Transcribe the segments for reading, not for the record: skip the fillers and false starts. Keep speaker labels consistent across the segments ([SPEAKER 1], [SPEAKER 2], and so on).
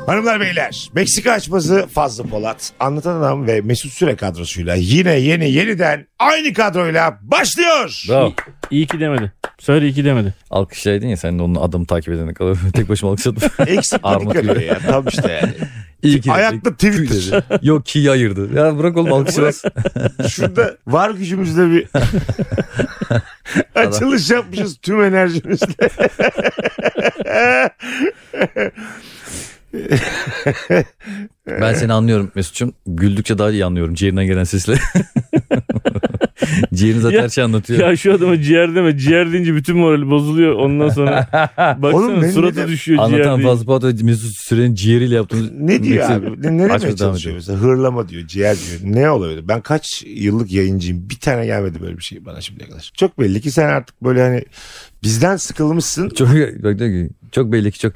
[SPEAKER 1] Hanımlar beyler, Meksika açması Fazlı Polat, Anlatan Adam ve Mesut Süre kadrosuyla yine yeniden aynı kadroyla başlıyor.
[SPEAKER 2] Bravo.
[SPEAKER 3] İyi ki demedi. Söyle iyi ki demedi.
[SPEAKER 2] Alkışlaydın ya sen de onun adamı takip edene kadar. Tek başıma alkışladım.
[SPEAKER 1] Eksiklik arıyor ya, tam işte yani.
[SPEAKER 2] İyi ki
[SPEAKER 1] Ayaklı Twitter.
[SPEAKER 2] Yok ki'yi ayırdı. Ya bırak oğlum alkışlamaz.
[SPEAKER 1] Şurada var gücümüzle bir açılış yapmışız tüm enerjimizle.
[SPEAKER 2] Ben seni anlıyorum Mesut'cum. Güldükçe daha iyi anlıyorum ciğerinden gelen sesle. Ciğerin zaten her şeyi anlatıyor.
[SPEAKER 3] Ya şu adama ciğer deme. Ciğer deyince bütün morali bozuluyor. Ondan sonra baksana
[SPEAKER 1] Oğlum,
[SPEAKER 3] suratı düşüyor ciğer
[SPEAKER 2] Anlatan
[SPEAKER 3] deyince.
[SPEAKER 2] Fazlı Polat Mesut Süren'in ciğeriyle yaptığımız...
[SPEAKER 1] Ne diyor
[SPEAKER 2] Meksika-
[SPEAKER 1] abi? Ne demeye
[SPEAKER 2] Açmadan
[SPEAKER 1] çalışıyor mesela? Hırlama diyor, ciğer diyor. Ne olabilir? Ben kaç yıllık yayıncıyım. Bir tane gelmedi böyle bir şey bana şimdiye kadar. Çok belli ki sen artık böyle hani bizden sıkılmışsın.
[SPEAKER 2] Çok, bak diyor ki, çok belli ki çok...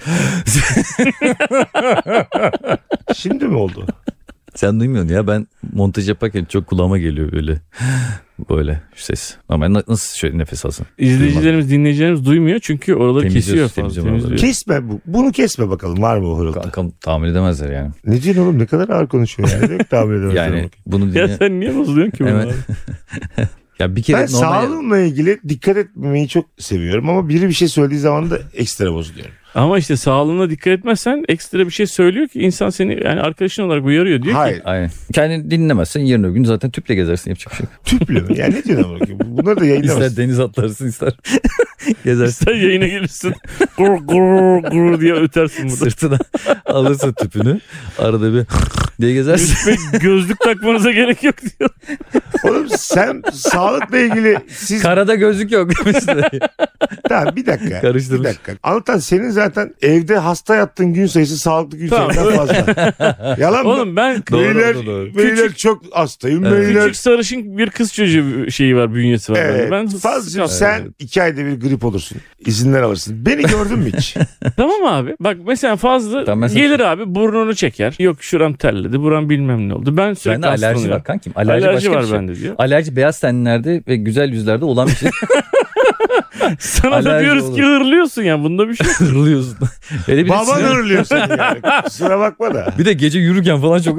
[SPEAKER 1] Şimdi mi oldu?
[SPEAKER 2] Sen duymuyorsun ya, ben montaj yaparken çok kulağıma geliyor böyle. Böyle şu ses. Ama nasıl şöyle nefes alsın?
[SPEAKER 3] İzleyicilerimiz, dinleyicilerimiz duymuyor çünkü oraları
[SPEAKER 2] Temizliyoruz,
[SPEAKER 3] kesiyor fazla.
[SPEAKER 2] temizliyorum oraları.
[SPEAKER 3] Temizliyor.
[SPEAKER 1] Kesme bu. Bunu kesme bakalım. Var mı o hırıltı?
[SPEAKER 2] Kankam tahmin edemezler yani.
[SPEAKER 1] Ne diyorsun oğlum? Ne kadar ağır konuşuyor yani. Yok, tahmin edemezler.
[SPEAKER 2] Yani bunu
[SPEAKER 3] Ya
[SPEAKER 2] dinle...
[SPEAKER 3] sen niye bozuluyorsun ki bunu?
[SPEAKER 2] Evet. Ya bir kere
[SPEAKER 1] Ben sağlığımla ilgili dikkat etmemeyi çok seviyorum ama biri bir şey söylediği zaman da ekstra bozuluyorum.
[SPEAKER 3] Ama işte sağlığına dikkat etmezsen ekstra bir şey söylüyor ki insan seni yani arkadaşın olarak uyarıyor. Diyor
[SPEAKER 1] Hayır.
[SPEAKER 3] ki
[SPEAKER 2] Aynen. Kendini dinlemezsen yarın öbür gün zaten tüple gezersin, yapacak bir şey yok.
[SPEAKER 1] Tüplü mü? Yani ne diyorsun ama? Bunları da
[SPEAKER 2] İster
[SPEAKER 1] yayınlamazsın.
[SPEAKER 2] deniz atlarsın ister gezersin.
[SPEAKER 3] sen yayına gelirsin. Gur gur gur diye ötersin burada.
[SPEAKER 2] Sırtına alırsın tüpünü. Arada bir diye gezersin.
[SPEAKER 3] Ve gözlük takmanıza gerek yok diyor.
[SPEAKER 1] Oğlum sen sağlıkla ilgili siz...
[SPEAKER 2] Karada gözlük yok.
[SPEAKER 1] Tamam bir dakika.
[SPEAKER 2] Karıştırmış.
[SPEAKER 1] Bir dakika. Anlatan senin zaten evde hasta yattığın gün sayısı sağlıklı gün
[SPEAKER 3] Tamam.
[SPEAKER 1] sayısından fazla. Yalan mı?
[SPEAKER 3] Oğlum ben
[SPEAKER 2] Doğru.
[SPEAKER 1] Beyler çok hastayım. Beyler...
[SPEAKER 3] küçük sarışın bir kız çocuğu şeyi var, bünyesi var.
[SPEAKER 1] Evet,
[SPEAKER 3] Ben
[SPEAKER 1] Fazlacığım sen 2 ayda bir grip olursun. İzinler alırsın. Beni gördün mü hiç?
[SPEAKER 3] Tamam abi. Bak mesela Fazlı
[SPEAKER 2] Tamam, mesela-
[SPEAKER 3] gelir abi, burnunu çeker. Yok şuram terledi, buram bilmem ne oldu. Ben sürekli
[SPEAKER 2] Bende alerji
[SPEAKER 3] hastalanıyorum.
[SPEAKER 2] var kankim.
[SPEAKER 3] Alerji
[SPEAKER 2] başka bir
[SPEAKER 3] var
[SPEAKER 2] şey.
[SPEAKER 3] bende diyor.
[SPEAKER 2] Alerji beyaz tenlerde ve güzel yüzlerde olan bir şey.
[SPEAKER 3] Sana da
[SPEAKER 2] Alerji
[SPEAKER 3] diyoruz
[SPEAKER 2] olur.
[SPEAKER 3] ki hırlıyorsun ya. Bunda bir şey yok.
[SPEAKER 2] Hırlıyorsun. Hele bir de
[SPEAKER 1] Baban
[SPEAKER 2] sinir-
[SPEAKER 1] hırlıyor seni yani. Kusura bakma da.
[SPEAKER 2] Bir de gece yürürken falan çok...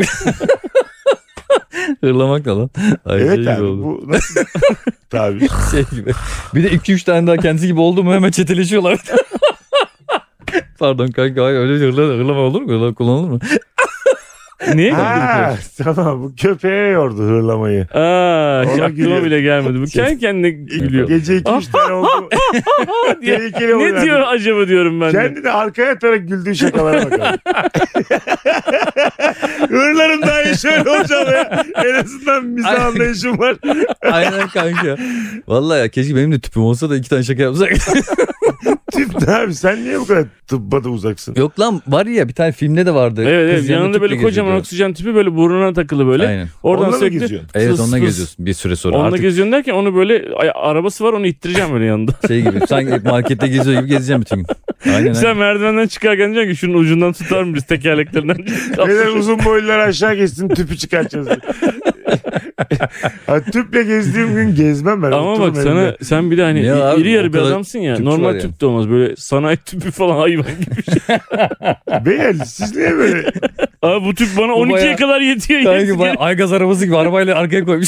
[SPEAKER 2] Hırlamak da lan. Ay,
[SPEAKER 1] Evet
[SPEAKER 2] şey gibi
[SPEAKER 1] abi
[SPEAKER 2] oldu.
[SPEAKER 1] bu nasıl tabii.
[SPEAKER 2] Şey gibi. Bir de 2-3 tane daha kendisi gibi oldu mu hemen çeteleşiyorlar. Pardon kanka, hayır, öyle hırlama olur mu? Hırlama kullanılır mı?
[SPEAKER 3] Niye?
[SPEAKER 1] Ha, tamam bu köpeğe yordu hırlamayı.
[SPEAKER 3] Hiç
[SPEAKER 1] Ona
[SPEAKER 3] aklıma
[SPEAKER 1] gülüyor.
[SPEAKER 3] bile gelmedi. Bu kendi kendine gülüyor.
[SPEAKER 1] Gece 2-3 tane oldu.
[SPEAKER 3] diye.
[SPEAKER 1] Tehlikeli
[SPEAKER 3] Ne
[SPEAKER 1] oynar.
[SPEAKER 3] diyor acaba diyorum ben de.
[SPEAKER 1] Kendi de arkaya atarak güldüğü şakalara bakalım. Hırlarım daha iyi şöyle olacağım ya. En azından mizah anlayışım var.
[SPEAKER 2] Aynen kanka. Vallahi ya keşke benim de tüpüm olsa da 2 tane şaka yapsak.
[SPEAKER 1] Tip ne abi sen niye bu kadar tıbba da uzaksın?
[SPEAKER 2] Yok lan, var ya bir tane filmde de vardı.
[SPEAKER 3] Evet,
[SPEAKER 2] Kız
[SPEAKER 3] yanında böyle
[SPEAKER 2] tüple
[SPEAKER 3] kocaman
[SPEAKER 2] geziyordu.
[SPEAKER 3] oksijen tüpü böyle burnuna takılı böyle.
[SPEAKER 2] Aynen.
[SPEAKER 3] Oradan
[SPEAKER 1] Onunla mı
[SPEAKER 3] sürekli
[SPEAKER 1] geziyorsun?
[SPEAKER 2] Evet,
[SPEAKER 3] fıs
[SPEAKER 2] onunla
[SPEAKER 3] fıs.
[SPEAKER 2] geziyorsun bir süre sonra.
[SPEAKER 3] Onunla
[SPEAKER 2] Artık
[SPEAKER 3] geziyorsun derken onu böyle arabası var, onu ittireceğim böyle yanında.
[SPEAKER 2] şey gibi sanki markette geziyor gibi gezeceğim bütün gün. Aynen.
[SPEAKER 3] Sen merdivenden çıkarken diyeceksin ki şunun ucundan tutar mı biz tekerleklerinden?
[SPEAKER 1] Beyler uzun boylular aşağı geçsin tüpü çıkartacağız. Ha, tüple gezdiğim gün gezmem ben.
[SPEAKER 3] Ama
[SPEAKER 1] Otururum
[SPEAKER 3] bak sana
[SPEAKER 1] evde.
[SPEAKER 3] sen bir de hani
[SPEAKER 2] Ne abi,
[SPEAKER 3] iri yarı
[SPEAKER 2] o
[SPEAKER 3] bir
[SPEAKER 2] kadar
[SPEAKER 3] adamsın ya.
[SPEAKER 2] tüpçü
[SPEAKER 3] Normal
[SPEAKER 2] var
[SPEAKER 3] tüp de olmaz. Böyle sanayi tüpü falan hayvan gibi bir şey.
[SPEAKER 1] Beyler siz niye böyle?
[SPEAKER 3] Abi bu tüp bana
[SPEAKER 2] Bu
[SPEAKER 3] 12'ye
[SPEAKER 2] bayağı-
[SPEAKER 3] kadar yetiyor.
[SPEAKER 2] Sanki bayağı Aygaz arabası gibi arabayla arkaya koymuş.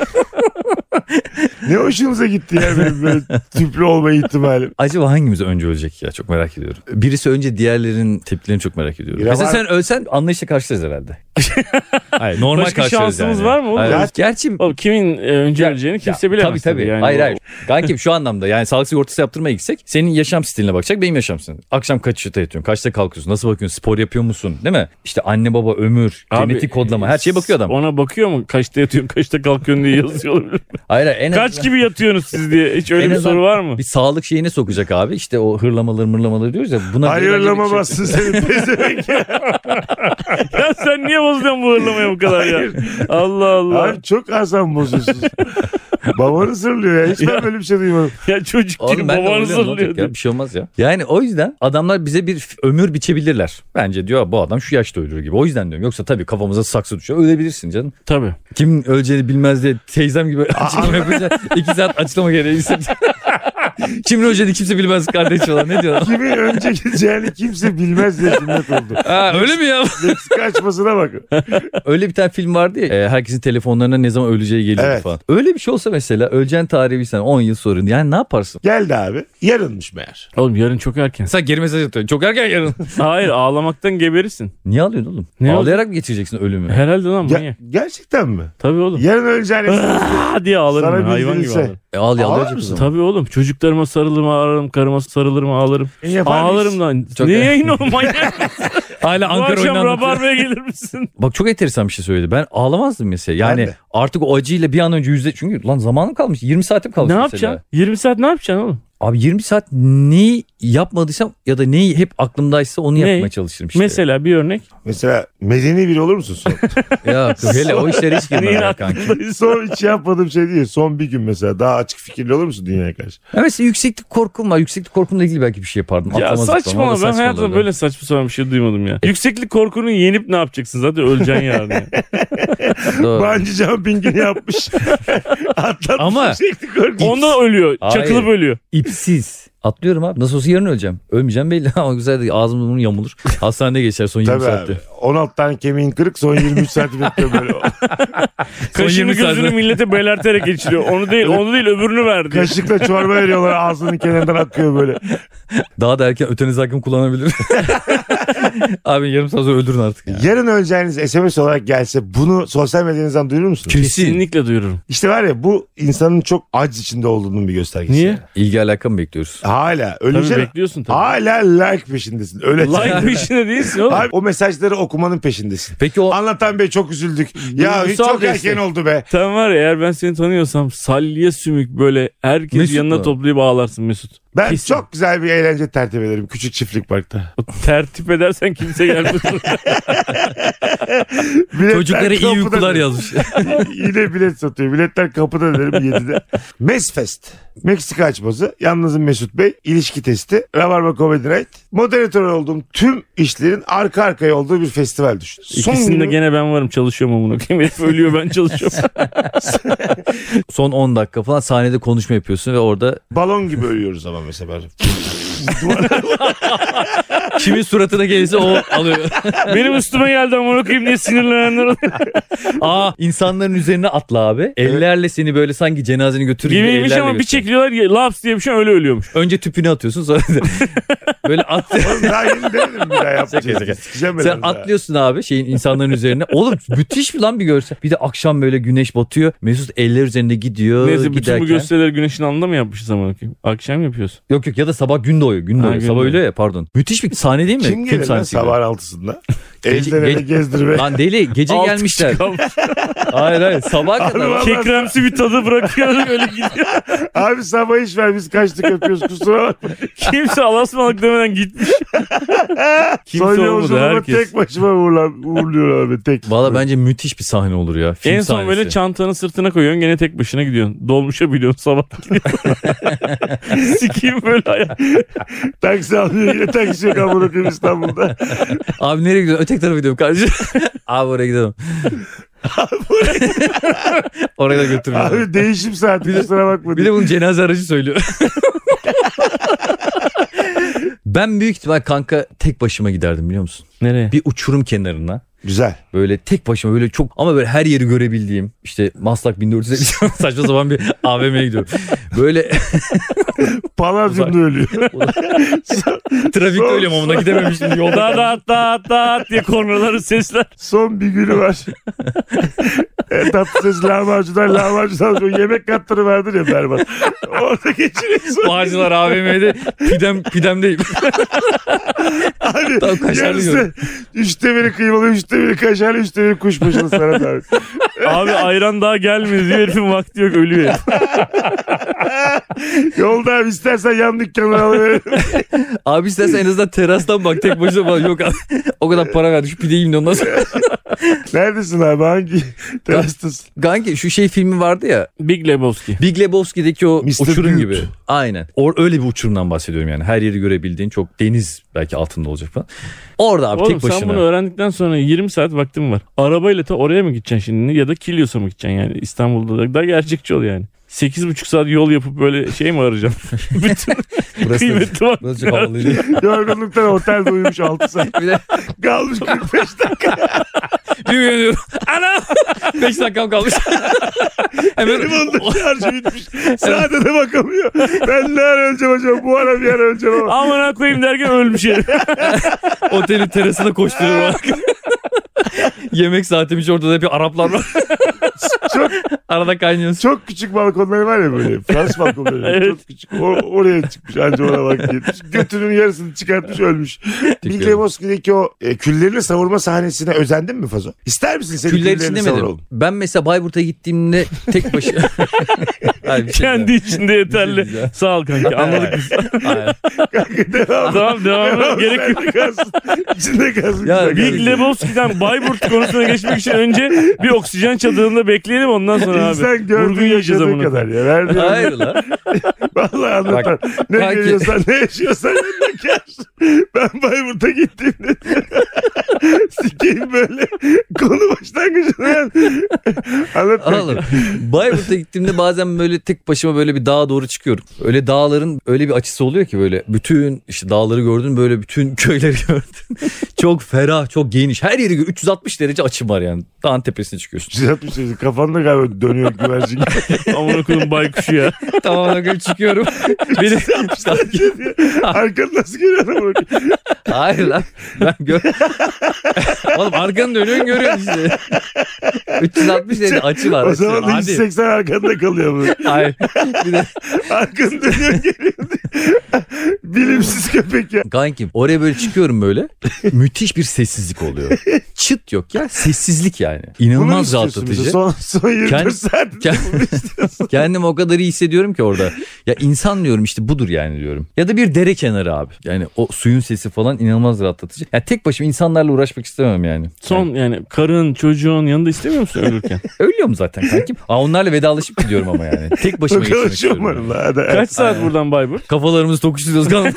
[SPEAKER 1] Ne hoşunuza gitti ya benim böyle tüplü olma ihtimalim.
[SPEAKER 2] Acaba hangimiz önce ölecek ya, çok merak ediyorum. Birisi önce diğerlerinin tepkilerini çok merak ediyorum.
[SPEAKER 1] Ya
[SPEAKER 2] Mesela
[SPEAKER 1] var-
[SPEAKER 2] sen ölsen anlayışla karşılarız herhalde. Hayır, normal
[SPEAKER 3] Başka
[SPEAKER 2] karşılarız
[SPEAKER 3] şansımız
[SPEAKER 2] yani.
[SPEAKER 3] var mı oğlum?
[SPEAKER 2] Hayır,
[SPEAKER 1] Ya-
[SPEAKER 2] gerçi
[SPEAKER 3] Oğlum kimin önce
[SPEAKER 2] Ya-
[SPEAKER 3] öleceğini kimse
[SPEAKER 2] ya,
[SPEAKER 3] bilemez.
[SPEAKER 2] Tabii.
[SPEAKER 3] Yani
[SPEAKER 2] hayır
[SPEAKER 3] o-
[SPEAKER 2] hayır. Kankim şu anlamda yani sağlık sigortası yaptırmaya gitsek senin yaşam stiline bakacak, benim yaşam stilim. Akşam kaçta yatıyorsun, kaçta kalkıyorsun, nasıl bakıyorsun, spor yapıyor musun, değil mi? İşte anne baba, ömür,
[SPEAKER 3] Abi,
[SPEAKER 2] genetik kodlama, her şeye bakıyor adam.
[SPEAKER 3] Ona bakıyor mu? Kaçta yatıyorsun, kaçta kalkıyorsun diye yazıyor olabilir.
[SPEAKER 2] Hayır en
[SPEAKER 3] Kaç
[SPEAKER 2] azından-
[SPEAKER 3] gibi yatıyorsunuz siz diye. Hiç öyle
[SPEAKER 2] en
[SPEAKER 3] bir
[SPEAKER 2] azından
[SPEAKER 3] soru var mı?
[SPEAKER 2] Bir sağlık şeyine sokacak abi. İşte o hırlamaları diyoruz ya. Buna
[SPEAKER 1] Hayırlamamazsın seni pezevenk ya.
[SPEAKER 3] Ya sen niye bozuyorsun bu hırlamaya bu kadar ya? Allah Allah.
[SPEAKER 1] Abi çok asam bozuyorsunuz. Babanı sırlıyor ya. Hiç ben böyle bir şey duymadım.
[SPEAKER 3] Ya çocuk değil
[SPEAKER 2] Oğlum ben de
[SPEAKER 3] babanı
[SPEAKER 2] oluyorum, ne olacak
[SPEAKER 3] sırlıyor.
[SPEAKER 2] ya? Bir şey olmaz ya. Yani o yüzden adamlar bize bir ömür biçebilirler. Bence diyor bu adam şu yaşta ölür gibi. O yüzden diyorum. Yoksa tabii kafamıza saksı düşüyor. Ölebilirsin canım.
[SPEAKER 3] Tabii.
[SPEAKER 2] Kimin öleceğini bilmez diye teyzem gibi açıklama yapınca 2 saat açıklama gereği hissettim. Kimin öleceğini kimse bilmez kardeş falan. Ne diyorsun?
[SPEAKER 1] Kimin önce gideceğini kimse bilmez diye cümle kurdu.
[SPEAKER 2] Ha, öyle mi ya?
[SPEAKER 1] Meksika açmasına bak.
[SPEAKER 2] Öyle bir tane film vardı ya. Herkesin telefonlarına ne zaman öleceği geliyor
[SPEAKER 1] Evet.
[SPEAKER 2] falan. Öyle bir şey olsa mesela öleceğin tarihi bilsen 10 yıl sonra. Yani ne yaparsın?
[SPEAKER 1] Geldi abi. Yarınmış meğer.
[SPEAKER 3] Oğlum yarın çok erken.
[SPEAKER 2] Sen geri mesaj atıyorsun. Çok erken yarın.
[SPEAKER 3] Hayır, ağlamaktan geberirsin.
[SPEAKER 2] Niye ağlıyorsun oğlum?
[SPEAKER 3] Ne
[SPEAKER 2] Ağlayarak mı geçireceksin ölümü?
[SPEAKER 3] Herhalde lan manyak.
[SPEAKER 1] Gerçekten mi?
[SPEAKER 3] Tabii oğlum.
[SPEAKER 1] Yarın öleceğini
[SPEAKER 3] Aa diye ağlarım
[SPEAKER 1] Sana
[SPEAKER 3] ben, hayvan gibi
[SPEAKER 1] bildirilse.
[SPEAKER 3] ağlarım.
[SPEAKER 2] Ağlayacaksın
[SPEAKER 1] Ağlar
[SPEAKER 2] o
[SPEAKER 1] mısın?
[SPEAKER 2] zaman.
[SPEAKER 3] Tabii oğlum, çocuklarıma sarılırım ağlarım, karıma sarılırım ağlarım.
[SPEAKER 1] yapar mıyız?
[SPEAKER 3] Ağlarım lan.
[SPEAKER 2] Çok-
[SPEAKER 3] Ne yayın oğlum manyak?
[SPEAKER 2] Hala
[SPEAKER 3] Bu
[SPEAKER 2] Ankara
[SPEAKER 3] akşam
[SPEAKER 2] oyunu anlatıyor.
[SPEAKER 3] Rabarba'ya gelir misin?
[SPEAKER 2] Bak çok enteresan bir şey söyledi. Ben ağlamazdım mesela. Yani
[SPEAKER 1] Ben de.
[SPEAKER 2] artık o acıyla bir an önce yüzde... Çünkü lan zamanım kalmış. 20 saatim kalmış
[SPEAKER 3] Ne
[SPEAKER 2] mesela.
[SPEAKER 3] yapacaksın? 20 saat ne yapacaksın oğlum?
[SPEAKER 2] Abi 20 saat neyi yapmadıysam ya da neyi hep aklımdaysa onu
[SPEAKER 3] Ne?
[SPEAKER 2] yapmaya çalışırım işte.
[SPEAKER 3] Mesela bir örnek.
[SPEAKER 1] Mesela medeni biri olur musun son?
[SPEAKER 2] Ya hele o işlere hiç girmem
[SPEAKER 3] Neyin
[SPEAKER 2] ya kanki.
[SPEAKER 1] Son hiç yapmadığım şey değil. Son bir gün mesela daha açık fikirli olur musun dünyaya karşı?
[SPEAKER 2] Ya mesela yükseklik korkum var. Yükseklik korkumla ilgili belki bir şey yapardım.
[SPEAKER 3] Ya
[SPEAKER 2] Atlama zıplama,
[SPEAKER 3] saçmalama,
[SPEAKER 2] o da
[SPEAKER 3] ben
[SPEAKER 2] saçma
[SPEAKER 3] hayatımda
[SPEAKER 2] olurdu.
[SPEAKER 3] böyle saçma sapan bir şey duymadım ya. Yükseklik korkunu yenip ne yapacaksın? Zaten öleceksin yarın ya.
[SPEAKER 2] Doğru.
[SPEAKER 1] Bungee jumping'ini yapmış. Atlatmış
[SPEAKER 2] Ama-
[SPEAKER 1] yükseklik korku.
[SPEAKER 3] Onda ölüyor.
[SPEAKER 2] Hayır.
[SPEAKER 3] Çakılıp ölüyor.
[SPEAKER 2] İpsiz. Atlıyorum abi. Nasıl olsa yarın öleceğim. Ölmeyeceğim belli ama güzel değil. Ağzım burnum yamulur. Hastanede geçer son 20
[SPEAKER 1] Tabii
[SPEAKER 2] saatte.
[SPEAKER 1] abi. 16 tane kemiğin kırık son 23 saati bekliyor böyle.
[SPEAKER 3] Kaşını
[SPEAKER 2] 20 saat-
[SPEAKER 3] gözünü millete belerterek geçiriyor. Onu değil öbürünü verdi.
[SPEAKER 1] Kaşıkla çorba veriyorlar ağzının kenarından akıyor böyle.
[SPEAKER 2] Daha da erken öteniz hakkım kullanabilir. Abi yarım saat sonra öldürün artık. Ya.
[SPEAKER 1] Yarın öleceğiniz SMS olarak gelse bunu sosyal medyanızdan duyurur musunuz?
[SPEAKER 3] Kesinlikle duyururum.
[SPEAKER 1] İşte var ya bu insanın çok acz içinde olduğunun bir göstergesi.
[SPEAKER 3] Niye?
[SPEAKER 1] yani.
[SPEAKER 2] İlgi alaka mı bekliyoruz?
[SPEAKER 1] Hala
[SPEAKER 3] Tabii
[SPEAKER 1] öleceksin.
[SPEAKER 3] bekliyorsun tabii.
[SPEAKER 1] Hala like peşindesin. Öyle
[SPEAKER 3] Like peşinde değilsin oğlum.
[SPEAKER 1] Abi, o mesajları okumanın peşindesin.
[SPEAKER 2] Peki o
[SPEAKER 1] Anlatan bey çok üzüldük. Ya hiç
[SPEAKER 3] Duygusal
[SPEAKER 1] çok
[SPEAKER 3] destek.
[SPEAKER 1] erken oldu be.
[SPEAKER 3] Sen var ya, eğer ben seni tanıyorsam salya sümük böyle herkes
[SPEAKER 2] Mesut
[SPEAKER 3] yanına
[SPEAKER 2] mu?
[SPEAKER 3] toplayıp ağlarsın Mesut.
[SPEAKER 1] Ben
[SPEAKER 3] Kesin.
[SPEAKER 1] çok güzel bir eğlence tertip ederim. Küçük çiftlik parkta.
[SPEAKER 3] Tertip edersen kimse gelmez.
[SPEAKER 1] Biletler
[SPEAKER 2] çocuklara iyi
[SPEAKER 1] kapıda
[SPEAKER 2] uykular
[SPEAKER 1] derim.
[SPEAKER 2] yazmış.
[SPEAKER 1] Yine bilet satıyor. Biletler kapıda derim 7'de. Mesfest. Meksika açması. Yalnızım Mesut Bey. İlişki testi. Rabarba Comedy Night. Moderatör olduğum tüm işlerin arka arkaya olduğu bir festival düşün.
[SPEAKER 3] İkisinde gene ben varım, çalışıyorum ama bunu. Kim herif ölüyor, ben çalışıyorum.
[SPEAKER 2] Son 10 dakika falan sahnede konuşma yapıyorsun ve orada
[SPEAKER 1] balon gibi ölüyoruz ama mesela.
[SPEAKER 2] kimin suratına gelirse o alıyor.
[SPEAKER 3] Benim üstüme geldi amına koyayım diye sinirlenenler oluyor.
[SPEAKER 2] Aa insanların üzerine atla abi. Ellerle seni böyle sanki cenazeni götürür gibi
[SPEAKER 3] Gibiymiş
[SPEAKER 2] ellerle
[SPEAKER 3] ama bir
[SPEAKER 2] götür.
[SPEAKER 3] çekiliyorlar ya, laps diye bir şey, öyle ölüyormuş.
[SPEAKER 2] Önce tüpünü atıyorsun sonra da böyle at.
[SPEAKER 1] Oğlum daha yeni demedim bir daha yapmayacağız.
[SPEAKER 2] Şaka.
[SPEAKER 1] Sikeceğim ben
[SPEAKER 2] Sen
[SPEAKER 1] onu daha.
[SPEAKER 2] atlıyorsun abi şeyin insanların üzerine. Oğlum müthiş bir lan bir görsel. Bir de akşam böyle güneş batıyor. Mesut eller üzerinde gidiyor.
[SPEAKER 3] Neyse, bütün
[SPEAKER 2] giderken.
[SPEAKER 3] bu gösterileri güneşin alnında mı yapmışız amına koyayım? Akşam yapıyoruz.
[SPEAKER 2] Yok ya da sabah gün doğuyor. Gün doğuyor.
[SPEAKER 3] gün
[SPEAKER 2] Sabah
[SPEAKER 3] doğuyor.
[SPEAKER 2] ölüyor ya pardon. Müthiş bir sahne değil mi?
[SPEAKER 1] Kim
[SPEAKER 2] Film
[SPEAKER 1] gelir lan
[SPEAKER 2] sahnesi gibi.
[SPEAKER 1] sabahın altısında?
[SPEAKER 2] Gece-
[SPEAKER 1] Elden ele
[SPEAKER 2] gece-
[SPEAKER 1] gezdirme.
[SPEAKER 2] Lan deli gece
[SPEAKER 3] Altı
[SPEAKER 2] gelmişler.
[SPEAKER 3] kişi kalmış.
[SPEAKER 2] Hayır sabah
[SPEAKER 1] Abi
[SPEAKER 2] kadar.
[SPEAKER 1] vallahi-
[SPEAKER 3] Kekremsi bir tadı bırakıyor, öyle gidiyor.
[SPEAKER 1] Abi sabah iş ver biz kaçtık öpüyoruz kusura bakma.
[SPEAKER 3] Kimse alasmalık demeden gitmiş. Kimse
[SPEAKER 1] Son
[SPEAKER 3] olmadı,
[SPEAKER 1] yolculuğuma
[SPEAKER 3] herkes.
[SPEAKER 1] tek başıma uğurluyor abi tek.
[SPEAKER 2] Valla bence müthiş bir sahne olur ya. Film
[SPEAKER 3] En son
[SPEAKER 2] sahnesi.
[SPEAKER 3] böyle çantanı sırtına koyuyorsun, gene tek başına gidiyorsun. Dolmuşa biliyorsun, sabah gidiyorsun. Sikiyim böyle ayağı.
[SPEAKER 1] Taksi almıyor yine taksi yok amına koyayım İstanbul'da.
[SPEAKER 2] Abi nereye gidiyorsun? Öteki tarafa gidiyorum kardeşim. Abi oraya gidelim. Oraya da götürmüyorum.
[SPEAKER 1] Abi değişim saati kusura bakma.
[SPEAKER 2] Bir de bunun cenaze aracı söylüyor. Ben büyük ihtimal kanka tek başıma giderdim biliyor musun?
[SPEAKER 3] Nereye?
[SPEAKER 2] Bir uçurum kenarına.
[SPEAKER 1] Güzel.
[SPEAKER 2] Böyle tek başıma böyle çok ama böyle her yeri görebildiğim işte Maslak 1450 saçma sapan bir AVM'ye gidiyorum. Böyle
[SPEAKER 1] Paladyum'da ölüyor.
[SPEAKER 2] trafikte ölüyorum ama ona gidememiştim yolda.
[SPEAKER 3] Dat dat dat diye kornaların sesler.
[SPEAKER 1] Son bir günü var. Tatlı ses lahmacundan sonra yemek katları vardır ya berbat. Orada geçiriyorsun.
[SPEAKER 2] Bağcılar AVM'de pidemdeyim.
[SPEAKER 1] Abi
[SPEAKER 2] Tam kaşarlı
[SPEAKER 1] yarısı
[SPEAKER 2] yiyorum.
[SPEAKER 1] 3'te biri kıymalı, 3'te biri kaşarlı, 3'te biri kuşbaşılı sana abi.
[SPEAKER 3] Abi ayran daha gelmedi diyor, herifin vakti yok, ölüyor.
[SPEAKER 1] Yolda abi istersen yan dükkanı alıverelim.
[SPEAKER 2] Abi istersen en azından terastan bak tek başına bak. Yok abi. O kadar para verdi şu pideyi yiyeyim de ondan sonra.
[SPEAKER 1] Neredesin abi hangi terastasın?
[SPEAKER 2] Kanki şu şey filmi vardı ya.
[SPEAKER 3] Big Lebowski.
[SPEAKER 2] Big Lebowski'deki o
[SPEAKER 1] Mr.
[SPEAKER 2] uçurum
[SPEAKER 1] Butte.
[SPEAKER 2] gibi. Aynen. Öyle bir uçurumdan bahsediyorum yani. Her yeri görebildiğin çok deniz belki altında olacak falan. Orada abi
[SPEAKER 3] Oğlum
[SPEAKER 2] tek başına.
[SPEAKER 3] sen bunu öğrendikten sonra 20 saat vaktin var. Arabayla ta oraya mı gideceksin şimdi ya da Kilyos'a mı gideceksin yani? İstanbul'da da gerçekçi ol yani. 8,5 saat yol yapıp böyle şey mi arayacağım? Bütün
[SPEAKER 2] Burası
[SPEAKER 3] kıymetli var.
[SPEAKER 2] Burası çok havalıydı.
[SPEAKER 1] Yorgunluktan otelde uyumuş 6 saat.
[SPEAKER 2] Bir de
[SPEAKER 1] Kalmış 45 dakika.
[SPEAKER 2] bir uyanıyorum. Ana! 5 dakikam kalmış. Hemen
[SPEAKER 1] Telefonda şarjı bitmiş. Saate de bakamıyor. Ben ne ara öleceğim hocam? Bu ara bir ara öleceğim ama.
[SPEAKER 3] Amına koyayım derken ölmüş herif.
[SPEAKER 2] otelin terasına koşturuyorum. Yemek saatim hiç ortada bir Araplar var.
[SPEAKER 1] Çok
[SPEAKER 2] Arada kaynıyorsun.
[SPEAKER 1] çok küçük balkonları var ya böyle. Fransız balkonları.
[SPEAKER 3] Evet.
[SPEAKER 1] Çok küçük. Oraya çıkmış. Anca ona bak yetmiş. Götünün yarısını çıkartmış ölmüş. Big Lebowski'deki o küllerini savurma sahnesine özendin mi Fazo? İster misin senin
[SPEAKER 2] Küller için
[SPEAKER 1] küllerini
[SPEAKER 2] demedim.
[SPEAKER 1] savuralım?
[SPEAKER 2] Ben mesela Bayburt'a gittiğimde tek başına... Hayır, bir şey
[SPEAKER 3] Kendi
[SPEAKER 2] daha.
[SPEAKER 3] içinde yeterli.
[SPEAKER 2] diyeceğim.
[SPEAKER 3] Sağ ol kanki anladık biz.
[SPEAKER 2] Hayır.
[SPEAKER 1] Kanka devam.
[SPEAKER 3] Tamam devam gerek yok.
[SPEAKER 1] Sende kalsın. İçinde kalsın.
[SPEAKER 2] Ya,
[SPEAKER 1] güzel
[SPEAKER 3] Big
[SPEAKER 1] kalsın.
[SPEAKER 3] Lebowski'den Bayburt konusuna geçmek için önce bir oksijen çadırında bekleyelim ondan sonra abi.
[SPEAKER 1] İnsan
[SPEAKER 3] Vurgun
[SPEAKER 1] gördüğü
[SPEAKER 3] yiyeceğiz
[SPEAKER 1] yaşadığı
[SPEAKER 3] amına
[SPEAKER 1] kadar
[SPEAKER 3] koyayım.
[SPEAKER 1] ya. Verdi.
[SPEAKER 2] Hayır lan.
[SPEAKER 1] Vallahi anlatan. Ne
[SPEAKER 2] kanki-
[SPEAKER 1] görüyorsan ne yaşıyorsan yanına gel. Ben Bayburt'a gittiğimde sikeyim böyle konu başlangıcına. Anlat kanka.
[SPEAKER 2] Oğlum Bayburt'a gittiğimde bazen böyle tek başıma böyle bir dağa doğru çıkıyorum. Öyle dağların öyle bir açısı oluyor ki böyle bütün işte dağları gördün böyle bütün köyleri gördün. Çok ferah, çok geniş. Her yeri 360 derece açım var yani. Dağın tepesine çıkıyorsun.
[SPEAKER 1] 360 kafanda galiba dönüyor güvercin.
[SPEAKER 3] Amına koyayım baykuşu ya.
[SPEAKER 2] Tamam öyle çıkıyorum. Beni...
[SPEAKER 1] Arkanı nasıl görüyorsun ama?
[SPEAKER 2] Hayır lan. Ben gör... Oğlum arkanı dönüyorsun görüyorsun işte. 360 derece açı var.
[SPEAKER 1] O
[SPEAKER 2] açı.
[SPEAKER 1] zaman da
[SPEAKER 2] Hadi.
[SPEAKER 1] 180 arkanda kalıyor bu.
[SPEAKER 2] Hayır. Bir de
[SPEAKER 1] Arkanı dönüyor geliyor. Bilimsiz köpek ya.
[SPEAKER 2] kankim oraya böyle çıkıyorum böyle. Müthiş bir sessizlik oluyor. Çıt yok ya. Sessizlik yani.
[SPEAKER 1] Bunu mu
[SPEAKER 2] İnanılmaz
[SPEAKER 1] istiyorsun
[SPEAKER 2] rahatlatıcı.
[SPEAKER 1] bize? Son 24
[SPEAKER 2] Kend-
[SPEAKER 1] saat bunu istiyorsun.
[SPEAKER 2] Kendimi o kadar iyi hissediyorum ki orada. Ya insan diyorum işte budur yani diyorum. Ya da bir dere kenarı abi. Yani o suyun sesi falan inanılmaz rahatlatıcı. Ya tek başıma insanlarla uğraşmak istemem yani.
[SPEAKER 3] Son yani karın çocuğun yanında istemiyor musun ölürken?
[SPEAKER 2] Ölüyorum zaten kankim. Onlarla vedalaşıp gidiyorum ama yani. Tek başıma geçirmek
[SPEAKER 1] Çalışıyorum
[SPEAKER 2] istiyorum.
[SPEAKER 1] onunla. Hadi.
[SPEAKER 3] Kaç saat
[SPEAKER 2] Aynen.
[SPEAKER 3] buradan Bayburt?
[SPEAKER 2] Kafalarımızı tokuşturuyoruz kanka.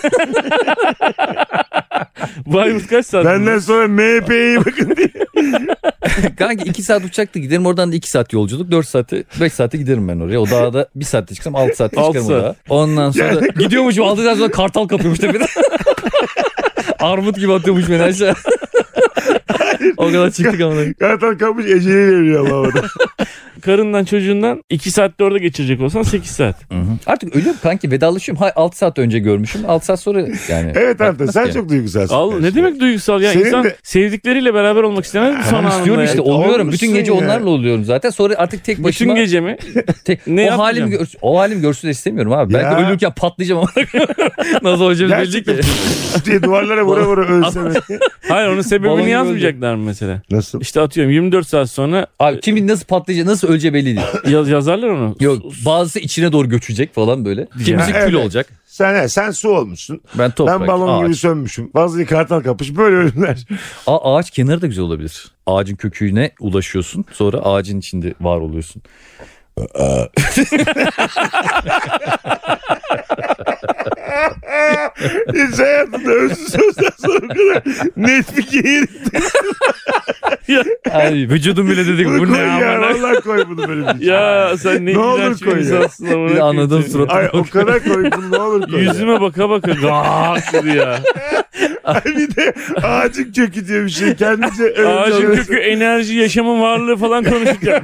[SPEAKER 3] Bayburt kaç saat?
[SPEAKER 1] Benden sonra MHP'ye bakın diye.
[SPEAKER 2] Kanka 2 saat uçakla giderim oradan da 2 saat yolculuk 4 saate 5 saate giderim ben oraya. O dağda 1 saatte çıksam 6 saatte
[SPEAKER 3] 6
[SPEAKER 2] çıkarım o
[SPEAKER 3] saat.
[SPEAKER 2] dağa. Ondan sonra
[SPEAKER 1] Yani-
[SPEAKER 2] gidiyormuşum 6 saat sonra kartal kapıyormuş tepeden. Armut gibi atıyormuş beni aşağı. O kadar çıktık ama.
[SPEAKER 1] Kartal kapmış eceliyle ölüyor ama orada.
[SPEAKER 3] Karından çocuğundan 2 saatte orada geçirecek olsan 8 saat.
[SPEAKER 2] Artık ölüyorum kanki vedalaşıyorum. 6 saat önce görmüşüm 6 saat sonra yani.
[SPEAKER 1] Evet Artan sen
[SPEAKER 2] Yani.
[SPEAKER 1] çok duygusalsın.
[SPEAKER 3] Allah ne demek duygusal ya?
[SPEAKER 1] Senin
[SPEAKER 3] İnsan
[SPEAKER 1] de-
[SPEAKER 3] sevdikleriyle beraber olmak istemez mi son
[SPEAKER 2] Tamam istiyorum
[SPEAKER 3] anında
[SPEAKER 2] işte
[SPEAKER 3] ya?
[SPEAKER 2] oluyorum. Bütün gece
[SPEAKER 1] olmuşsun ya.
[SPEAKER 2] onlarla oluyorum zaten. Sonra artık tek
[SPEAKER 3] Bütün
[SPEAKER 2] başıma
[SPEAKER 3] gece mi?
[SPEAKER 2] o
[SPEAKER 3] Ne
[SPEAKER 2] halimi
[SPEAKER 3] yapacağım?
[SPEAKER 2] görsün. O halimi görsün de istemiyorum abi.
[SPEAKER 1] Ya.
[SPEAKER 2] Belki ölürken patlayacağım ama. Nasıl olacağını belli
[SPEAKER 1] Gerçekten
[SPEAKER 2] ki.
[SPEAKER 1] diye duvarlara vura vura ölsene.
[SPEAKER 3] Hayır onun
[SPEAKER 2] Balon
[SPEAKER 3] sebebini
[SPEAKER 2] gibi
[SPEAKER 3] yazmayacaklar mı mesela?
[SPEAKER 1] Nasıl?
[SPEAKER 3] İşte atıyorum 24 saat sonra
[SPEAKER 2] Abi kimin nasıl patlayacak, nasıl öleceği belli değil.
[SPEAKER 3] yazarlar onu.
[SPEAKER 2] Yok bazısı içine doğru göçecek falan böyle. Kimisi
[SPEAKER 1] Ha,
[SPEAKER 2] kül
[SPEAKER 1] evet.
[SPEAKER 2] olacak.
[SPEAKER 1] Sen su olmuşsun.
[SPEAKER 2] Ben toprak,
[SPEAKER 1] Ben balon gibi
[SPEAKER 2] ağaç.
[SPEAKER 1] sönmüşüm. Bazı kartal kapış böyle ölümler.
[SPEAKER 2] Ağaç kenarı da güzel olabilir. Ağacın köküne ulaşıyorsun. Sonra ağacın içinde var oluyorsun.
[SPEAKER 1] Hiç hayatımda özsüz sözden sonra bu kadar net bir geyir.
[SPEAKER 2] Ay, vücudum bile dedik
[SPEAKER 1] Bunu
[SPEAKER 2] bu
[SPEAKER 1] koy
[SPEAKER 2] ne
[SPEAKER 1] ya.
[SPEAKER 2] amına.
[SPEAKER 1] Vallahi koy bunu böyle bir şey.
[SPEAKER 3] Ya sen ne
[SPEAKER 1] Ne olur
[SPEAKER 3] iğrenç bir
[SPEAKER 1] koy ya.
[SPEAKER 3] insansın amına
[SPEAKER 2] Bir de
[SPEAKER 3] koyayım
[SPEAKER 2] anladım
[SPEAKER 3] seni.
[SPEAKER 2] suratını.
[SPEAKER 1] Ay o kadar koy bunu ne olur koy. ya.
[SPEAKER 3] Yüzüme baka baka gaaak dedi ya.
[SPEAKER 1] Ay bir de ağacın kökü diye bir şey. Kendince
[SPEAKER 3] Ağacın
[SPEAKER 1] ölümcül.
[SPEAKER 3] kökü enerji yaşamın varlığı falan konuşurken.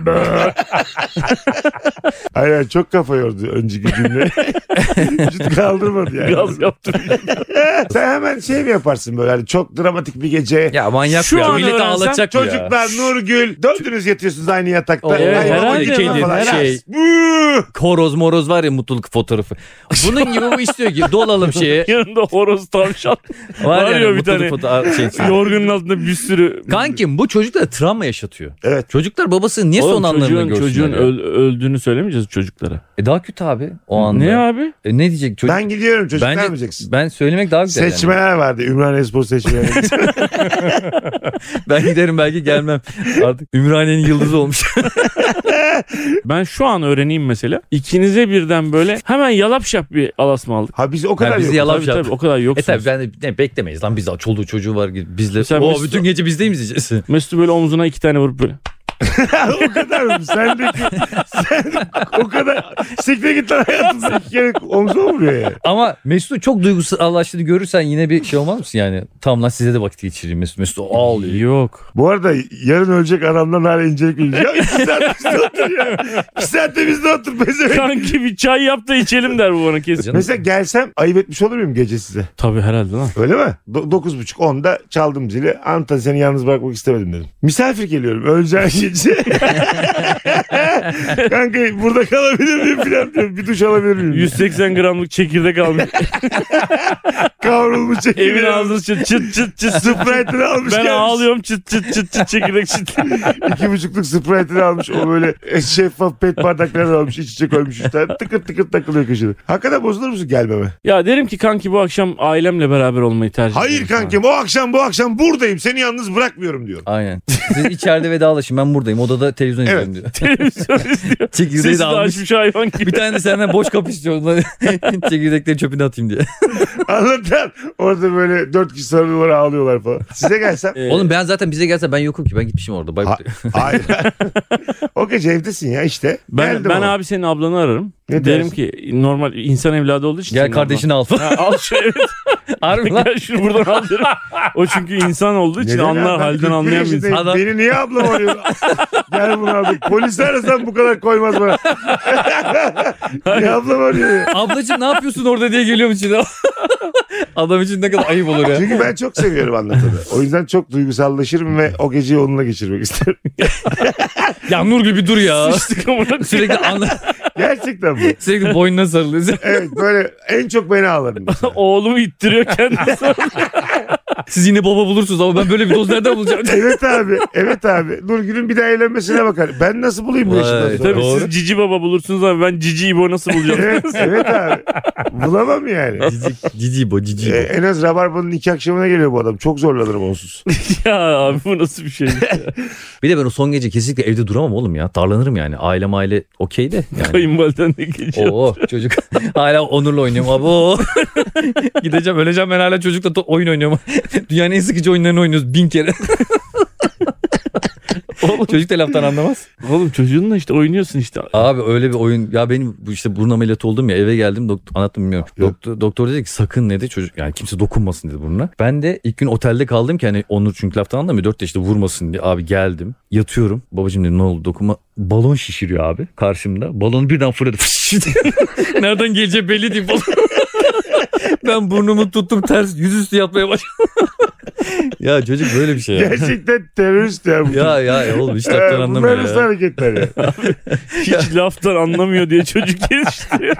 [SPEAKER 1] Ay çok kafa yordu önceki cümle. Vücut kaldırmadı yani.
[SPEAKER 3] Gaz yaptım.
[SPEAKER 1] Sen hemen şey mi yaparsın böyle hani çok dramatik bir gece.
[SPEAKER 2] Ya manyak
[SPEAKER 3] Şu
[SPEAKER 2] bu ya.
[SPEAKER 3] an
[SPEAKER 2] Milleti
[SPEAKER 3] öğrensem
[SPEAKER 2] ağlatacak bu ya.
[SPEAKER 1] Çocuklar Nurgül dördünüz yatıyorsunuz aynı yatakta.
[SPEAKER 2] Oo,
[SPEAKER 3] evet,
[SPEAKER 1] Ay,
[SPEAKER 3] herhalde
[SPEAKER 1] baba gidiyor
[SPEAKER 2] kedi,
[SPEAKER 1] falan.
[SPEAKER 2] şey.
[SPEAKER 1] Buuu.
[SPEAKER 2] Horoz moroz var ya mutluluk fotoğrafı. Bunun gibi bu istiyor ki dolalım şeye.
[SPEAKER 3] Yanında horoz tavşan.
[SPEAKER 2] Var
[SPEAKER 3] Var
[SPEAKER 2] ya
[SPEAKER 3] ya bir
[SPEAKER 2] mutluluk
[SPEAKER 3] tane.
[SPEAKER 2] fotoğrafı. Şey.
[SPEAKER 3] Yorgunun altında bir sürü.
[SPEAKER 2] Kankim bu çocuklara travma yaşatıyor.
[SPEAKER 1] Evet.
[SPEAKER 2] Çocuklar babasını niye
[SPEAKER 3] Oğlum,
[SPEAKER 2] son anlarında görsünler
[SPEAKER 3] çocuğun
[SPEAKER 2] ya?
[SPEAKER 3] öldüğünü söylemeyeceğiz çocuklara.
[SPEAKER 2] Daha kötü abi o anda.
[SPEAKER 3] Ne abi?
[SPEAKER 2] Ne diyecek çocuk?
[SPEAKER 1] Ben gidiyorum çocuklar
[SPEAKER 2] Bence
[SPEAKER 1] diyeceksin.
[SPEAKER 2] ben söylemek daha güzel.
[SPEAKER 1] Seçmeler vardı. Ümraniye-Spor seçmeleri.
[SPEAKER 2] Ben giderim belki gelmem. Artık Ümraniye'nin yıldızı olmuş.
[SPEAKER 3] Ben şu an öğreneyim mesela. İkinize birden böyle hemen yalap şap bir alasma aldık.
[SPEAKER 1] Ha biz o kadar
[SPEAKER 2] bizi
[SPEAKER 1] yok.
[SPEAKER 2] yalan-
[SPEAKER 3] Tabii tabii o kadar yoksunuz.
[SPEAKER 2] tabii ben de ne, beklemeyiz lan biz daha çoluğu çocuğu var bizle.
[SPEAKER 3] Mesela
[SPEAKER 2] O
[SPEAKER 3] Mesut-
[SPEAKER 2] bütün gece bizde mi diyeceğiz?
[SPEAKER 3] Mesut'u böyle omzuna 2 tane vurup böyle
[SPEAKER 1] O kadar mı? Sen o kadar siktir git lan hayatımda 2 kere omzuma vuruyor ya.
[SPEAKER 2] Ama Mesut'un çok duygusallaştığını görürsen yine bir şey olmaz mısın yani? Tam lan size de vakit geçireyim Mesut. Mesut ağlıyor.
[SPEAKER 3] Yok.
[SPEAKER 1] Bu arada yarın ölecek adamdan hala incelik bilmiş. Ya 2 saat bizde otur ya. 2 saatte bizde otur pezevenk.
[SPEAKER 3] Kanki bir çay yap da içelim der bu bana kesin.
[SPEAKER 1] Mesela gelsem ayıp etmiş olur muyum gece size?
[SPEAKER 3] Tabii herhalde lan.
[SPEAKER 1] Öyle mi? 9.30-10'da çaldım zili. Anlatan seni yalnız bırakmak istemedim dedim. Misafir geliyorum. Öleceğin gece. Kanka burada kalabilir miyim falan diyorum. Bir duş alabilir miyim?
[SPEAKER 3] 180 gramlık çekirdek almış.
[SPEAKER 1] Kavrulmuş çekirdek.
[SPEAKER 3] Evin ağzını çıt çıt çıt çıt.
[SPEAKER 1] Sprite'ını almış
[SPEAKER 3] Ben
[SPEAKER 1] gelmiş.
[SPEAKER 3] ağlıyorum çıt çıt çıt çıt çekirdek çıt.
[SPEAKER 1] 2,5'luk Sprite'ını almış. O böyle şeffaf pet bardaklarını almış. İç içe koymuş işte. Tıkır tıkır takılıyor köşede. Hakikaten bozulur musun gelmeme?
[SPEAKER 3] Ya derim ki kanki bu akşam ailemle beraber olmayı tercih ediyorum.
[SPEAKER 1] Hayır kankim bu akşam buradayım. Seni yalnız bırakmıyorum diyor.
[SPEAKER 2] Aynen. Siz içeride vedalaşın, ben buradayım. Odada televizyon izliyorum diyor.
[SPEAKER 3] Televizyon izliyor.
[SPEAKER 2] Çekirdeği
[SPEAKER 3] Sesi
[SPEAKER 2] de
[SPEAKER 3] de
[SPEAKER 2] almış.
[SPEAKER 3] açmış hayvan gibi.
[SPEAKER 2] Bir tane de senden boş kapı istiyor. Çekirdekleri çöpüne atayım diye.
[SPEAKER 1] Anlatan orada böyle 4 kişi sarılıyorlar ağlıyorlar falan. Size gelsem.
[SPEAKER 2] Oğlum ben zaten bize gelse ben yokum ki. Ben gitmişim orada. Bay bay.
[SPEAKER 1] Hayır. O gece evdesin ya işte.
[SPEAKER 3] Ben
[SPEAKER 1] Geldim
[SPEAKER 3] ben
[SPEAKER 1] ama.
[SPEAKER 3] abi senin ablanı ararım.
[SPEAKER 1] Ne
[SPEAKER 3] Derim
[SPEAKER 1] dersin?
[SPEAKER 3] ki normal insan evladı olduğu için.
[SPEAKER 2] Gel
[SPEAKER 3] senin
[SPEAKER 2] kardeşini al falan.
[SPEAKER 3] ablan. Ha, al şu evet.
[SPEAKER 2] Harbi lan.
[SPEAKER 3] Gel şunu buradan al derim. O çünkü insan olduğu için
[SPEAKER 1] Neden
[SPEAKER 3] anlar
[SPEAKER 1] abi? Ben
[SPEAKER 3] halden
[SPEAKER 1] 41
[SPEAKER 3] anlayan bir
[SPEAKER 1] yaşındayım.
[SPEAKER 3] insan.
[SPEAKER 2] Adam-
[SPEAKER 1] Beni niye ablam arıyor? Gel bunu abi. Polisi arasam bu kadar koymaz bana. Niye ablam arıyor ya?
[SPEAKER 2] Ablacığım ne yapıyorsun orada diye geliyorum içine. Adam için ne kadar ayıp olur ya.
[SPEAKER 1] Çünkü ben çok seviyorum anlatanı. O yüzden çok duygusallaşırım ve o geceyi onunla geçirmek isterim.
[SPEAKER 2] Ya Nur gibi dur ya.
[SPEAKER 3] Sıçtık amına.
[SPEAKER 2] Sürekli
[SPEAKER 1] Gerçekten bu.
[SPEAKER 2] sürekli boynuna sarılıyorsun.
[SPEAKER 1] Evet böyle en çok beni ağlarım mesela.
[SPEAKER 3] Oğlumu ittiriyor kendisi.
[SPEAKER 2] Siz yine baba bulursunuz ama ben böyle bir doz nereden bulacağım?
[SPEAKER 1] Evet abi. Nurgül'ün bir daha eğlenmesine bakar. Ben nasıl bulayım bu
[SPEAKER 2] Vay,
[SPEAKER 1] yaşından sonra?
[SPEAKER 3] Tabii
[SPEAKER 2] Doğru.
[SPEAKER 3] siz cici baba bulursunuz ama ben cici İbo nasıl bulacağım?
[SPEAKER 1] Evet abi. Bulamam yani.
[SPEAKER 2] Cici bu.
[SPEAKER 1] En az Rabarba'nın 2 akşamına geliyor bu adam. Çok zorlanırım onsuz.
[SPEAKER 3] Ya abi bu nasıl bir şey?
[SPEAKER 2] Bir de ben o son gece kesinlikle evde duramam oğlum ya. Darlanırım yani. Aile okey de. Yani.
[SPEAKER 3] Kayınvaliden de geçiyor.
[SPEAKER 2] Oo çocuk hala Onur'la oynuyorum abi. Oo. Gideceğim öleceğim ben hala çocukla oyun oynuyorum. Dünyanın en sıkıcı oyunlarını oynuyoruz 1000 kere. Çocuk da laftan anlamaz.
[SPEAKER 3] Oğlum çocuğunla işte oynuyorsun işte.
[SPEAKER 2] Abi öyle bir oyun ya benim bu işte burun ameliyatı oldum ya eve geldim anlattım bilmiyorum. Doktor dedi ki sakın dedi çocuk yani kimse dokunmasın dedi burnuna. Ben de ilk gün otelde kaldım ki hani Onur çünkü laftan anlamıyor 4 yaşında vurmasın diye abi geldim yatıyorum babacığım dedi ne oldu dokunma balon şişiriyor abi karşımda balonu birden fırladı. Nereden geleceği belli değil balon. Ben burnumu tuttum ters yüzüstü yatmaya başladım. Ya çocuk böyle bir şey ya.
[SPEAKER 1] Gerçekten terörist ya bu.
[SPEAKER 2] Ya oğlum hiç laftan anlamıyor
[SPEAKER 1] Bunlar nasıl
[SPEAKER 2] ya.
[SPEAKER 1] hareketler ya?
[SPEAKER 3] Hiç laftan anlamıyor diye çocuk geliştiriyor.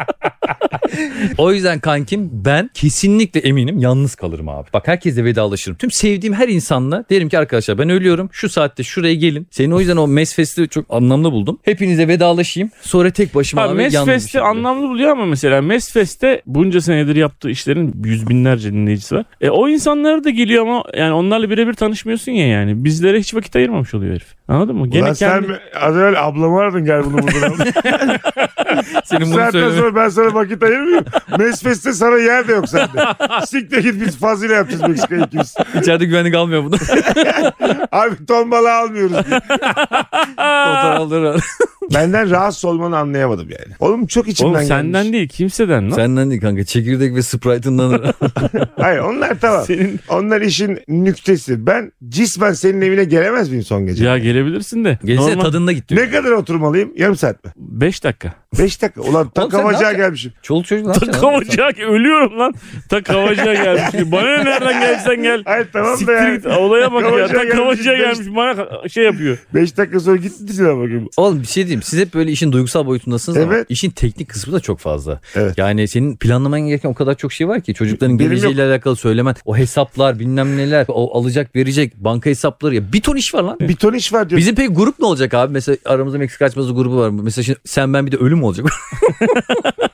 [SPEAKER 2] O yüzden kankim ben kesinlikle eminim yalnız kalırım abi. Bak herkesle vedalaşırım. Tüm sevdiğim her insanla derim ki arkadaşlar ben ölüyorum. Şu saatte şuraya gelin. Senin o yüzden o Mesfest'i çok anlamlı buldum. Hepinize vedalaşayım. Sonra tek başıma abi yalnız bir
[SPEAKER 3] Mesfest'i
[SPEAKER 2] şekilde.
[SPEAKER 3] anlamlı buluyor ama mesela Mesfest'te bunca senedir yaptığı işlerin yüz binlerce dinleyicisi var. O insanlar da geliyor ama yani onlarla birebir tanışmıyorsun ya yani. Bizlere hiç vakit ayırmamış oluyor herif. Anladın mı?
[SPEAKER 1] Ulan sen az evvel ablamı aradın gel bunu buradan al.
[SPEAKER 2] Senin bunu
[SPEAKER 1] Saatten
[SPEAKER 2] söyleme.
[SPEAKER 1] sonra ben sana vakit ayırmıyorum. Mesfest'te sana yer de yok sende. Siktir git biz fazla yapacağız Meksika'ya ikimiz.
[SPEAKER 2] İçeride güvenlik almıyor bunu.
[SPEAKER 1] Abi ton balığı almıyoruz diye.
[SPEAKER 2] Fotoğrafları.
[SPEAKER 1] Benden rahatsız olmanı anlayamadım yani. Oğlum çok içimden
[SPEAKER 3] Oğlum
[SPEAKER 1] gelmiş.
[SPEAKER 3] senden değil kimseden lan.
[SPEAKER 2] Senden değil kanka çekirdek ve Sprite'ından.
[SPEAKER 1] Hayır onlar tamam.
[SPEAKER 3] Senin...
[SPEAKER 1] Onlar işin nüktesi. Ben cismen senin evine gelemez miyim son gece?
[SPEAKER 3] Ya gelebilirsin de.
[SPEAKER 2] Gelirse
[SPEAKER 3] Normal...
[SPEAKER 2] tadında git diyor.
[SPEAKER 1] Ne kadar oturmalıyım? Yarım saat mi?
[SPEAKER 3] 5 dakika.
[SPEAKER 1] 5 dakika. Ulan
[SPEAKER 2] Oğlum sen ne
[SPEAKER 1] takamacağa
[SPEAKER 2] yapacaksın?
[SPEAKER 1] gelmişim.
[SPEAKER 2] Çoluk çocuk ne
[SPEAKER 3] Tak
[SPEAKER 2] yapacaksın?
[SPEAKER 3] havacıya ölüyorum lan. Tak havacıya gelmiş. Bana ne nereden gelsen gel.
[SPEAKER 1] Hayır tamam da
[SPEAKER 3] Siktir
[SPEAKER 1] yani.
[SPEAKER 3] git. Olaya bak ya.
[SPEAKER 1] Havacıya
[SPEAKER 3] Tak havacıya
[SPEAKER 1] gelmiş.
[SPEAKER 3] gelmiş. Bana şey yapıyor.
[SPEAKER 1] 5 dakika sonra gitti dizine bakayım.
[SPEAKER 2] Oğlum bir şey diyeyim. Siz hep böyle işin duygusal boyutundasınız ama
[SPEAKER 1] Evet.
[SPEAKER 2] işin teknik kısmı da çok fazla.
[SPEAKER 1] Evet.
[SPEAKER 2] Yani senin planlaman gereken o kadar çok şey var ki çocukların
[SPEAKER 1] Benim
[SPEAKER 2] geleceğiyle alakalı söylemen. O hesaplar bilmem neler. O alacak verecek banka hesapları ya bir ton iş var lan.
[SPEAKER 1] Bir ton iş var diyor.
[SPEAKER 2] Bizim peki grup ne olacak abi? Mesela aramızda Meksika açmazı grubu var. Mesela şimdi sen ben bir de ölüm olacak.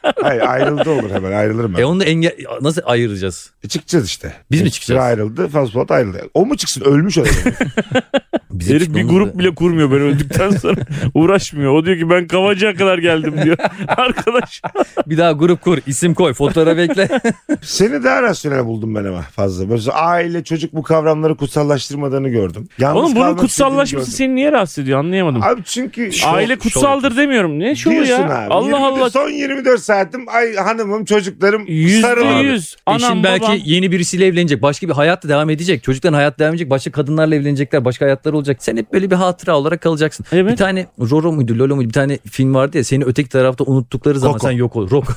[SPEAKER 1] Hayır, ayrıldı olur, hemen ayrılırım ben.
[SPEAKER 2] Onu da nasıl ayıracağız?
[SPEAKER 1] Çıkacağız işte.
[SPEAKER 2] Biz mi
[SPEAKER 1] Ekstra
[SPEAKER 2] çıkacağız?
[SPEAKER 1] ayrıldı. Fazla Polat ayrıldı. O mu çıksın? Ölmüş o.
[SPEAKER 2] Bizim
[SPEAKER 3] Herif bir
[SPEAKER 2] çıkmamız
[SPEAKER 3] grup
[SPEAKER 2] da-
[SPEAKER 3] bile kurmuyor ben öldükten sonra. Uğraşmıyor. O diyor ki ben Kavacı'ya kadar geldim diyor. Arkadaş.
[SPEAKER 2] Bir daha grup kur, isim koy, fotoğraf ekle.
[SPEAKER 1] Seni daha rasyonel buldum ben ama fazla. Böyle aile, çocuk bu kavramları kutsallaştırmadığını gördüm. Yalnız
[SPEAKER 3] Oğlum bunun
[SPEAKER 1] kalmak
[SPEAKER 3] kutsallaşması
[SPEAKER 1] istediğini
[SPEAKER 3] seni niye rahatsız ediyor anlayamadım.
[SPEAKER 1] gördüm. Abi çünkü
[SPEAKER 3] Aile kutsaldır demiyorum. Ne şovu ya?
[SPEAKER 1] diyorsun abi.
[SPEAKER 3] Allah
[SPEAKER 1] 24
[SPEAKER 3] Allah.
[SPEAKER 1] Son 24 saatim ay hanımım, çocuklarım sarılır.
[SPEAKER 3] %100.
[SPEAKER 2] Eşin
[SPEAKER 3] Anam
[SPEAKER 2] belki
[SPEAKER 3] babam.
[SPEAKER 2] yeni birisiyle evlenecek. Başka bir hayat da devam edecek. Çocukların hayat devam edecek. Başka kadınlarla evlenecekler. Başka hayatlar olacak. Sen hep böyle bir hatıra olarak kalacaksın.
[SPEAKER 3] Evet.
[SPEAKER 2] Bir tane Roro muydu Lolo muydu? Bir tane film vardı ya. Seni öteki tarafta unuttukları zaman
[SPEAKER 1] Coco.
[SPEAKER 2] sen yok ol. Rock.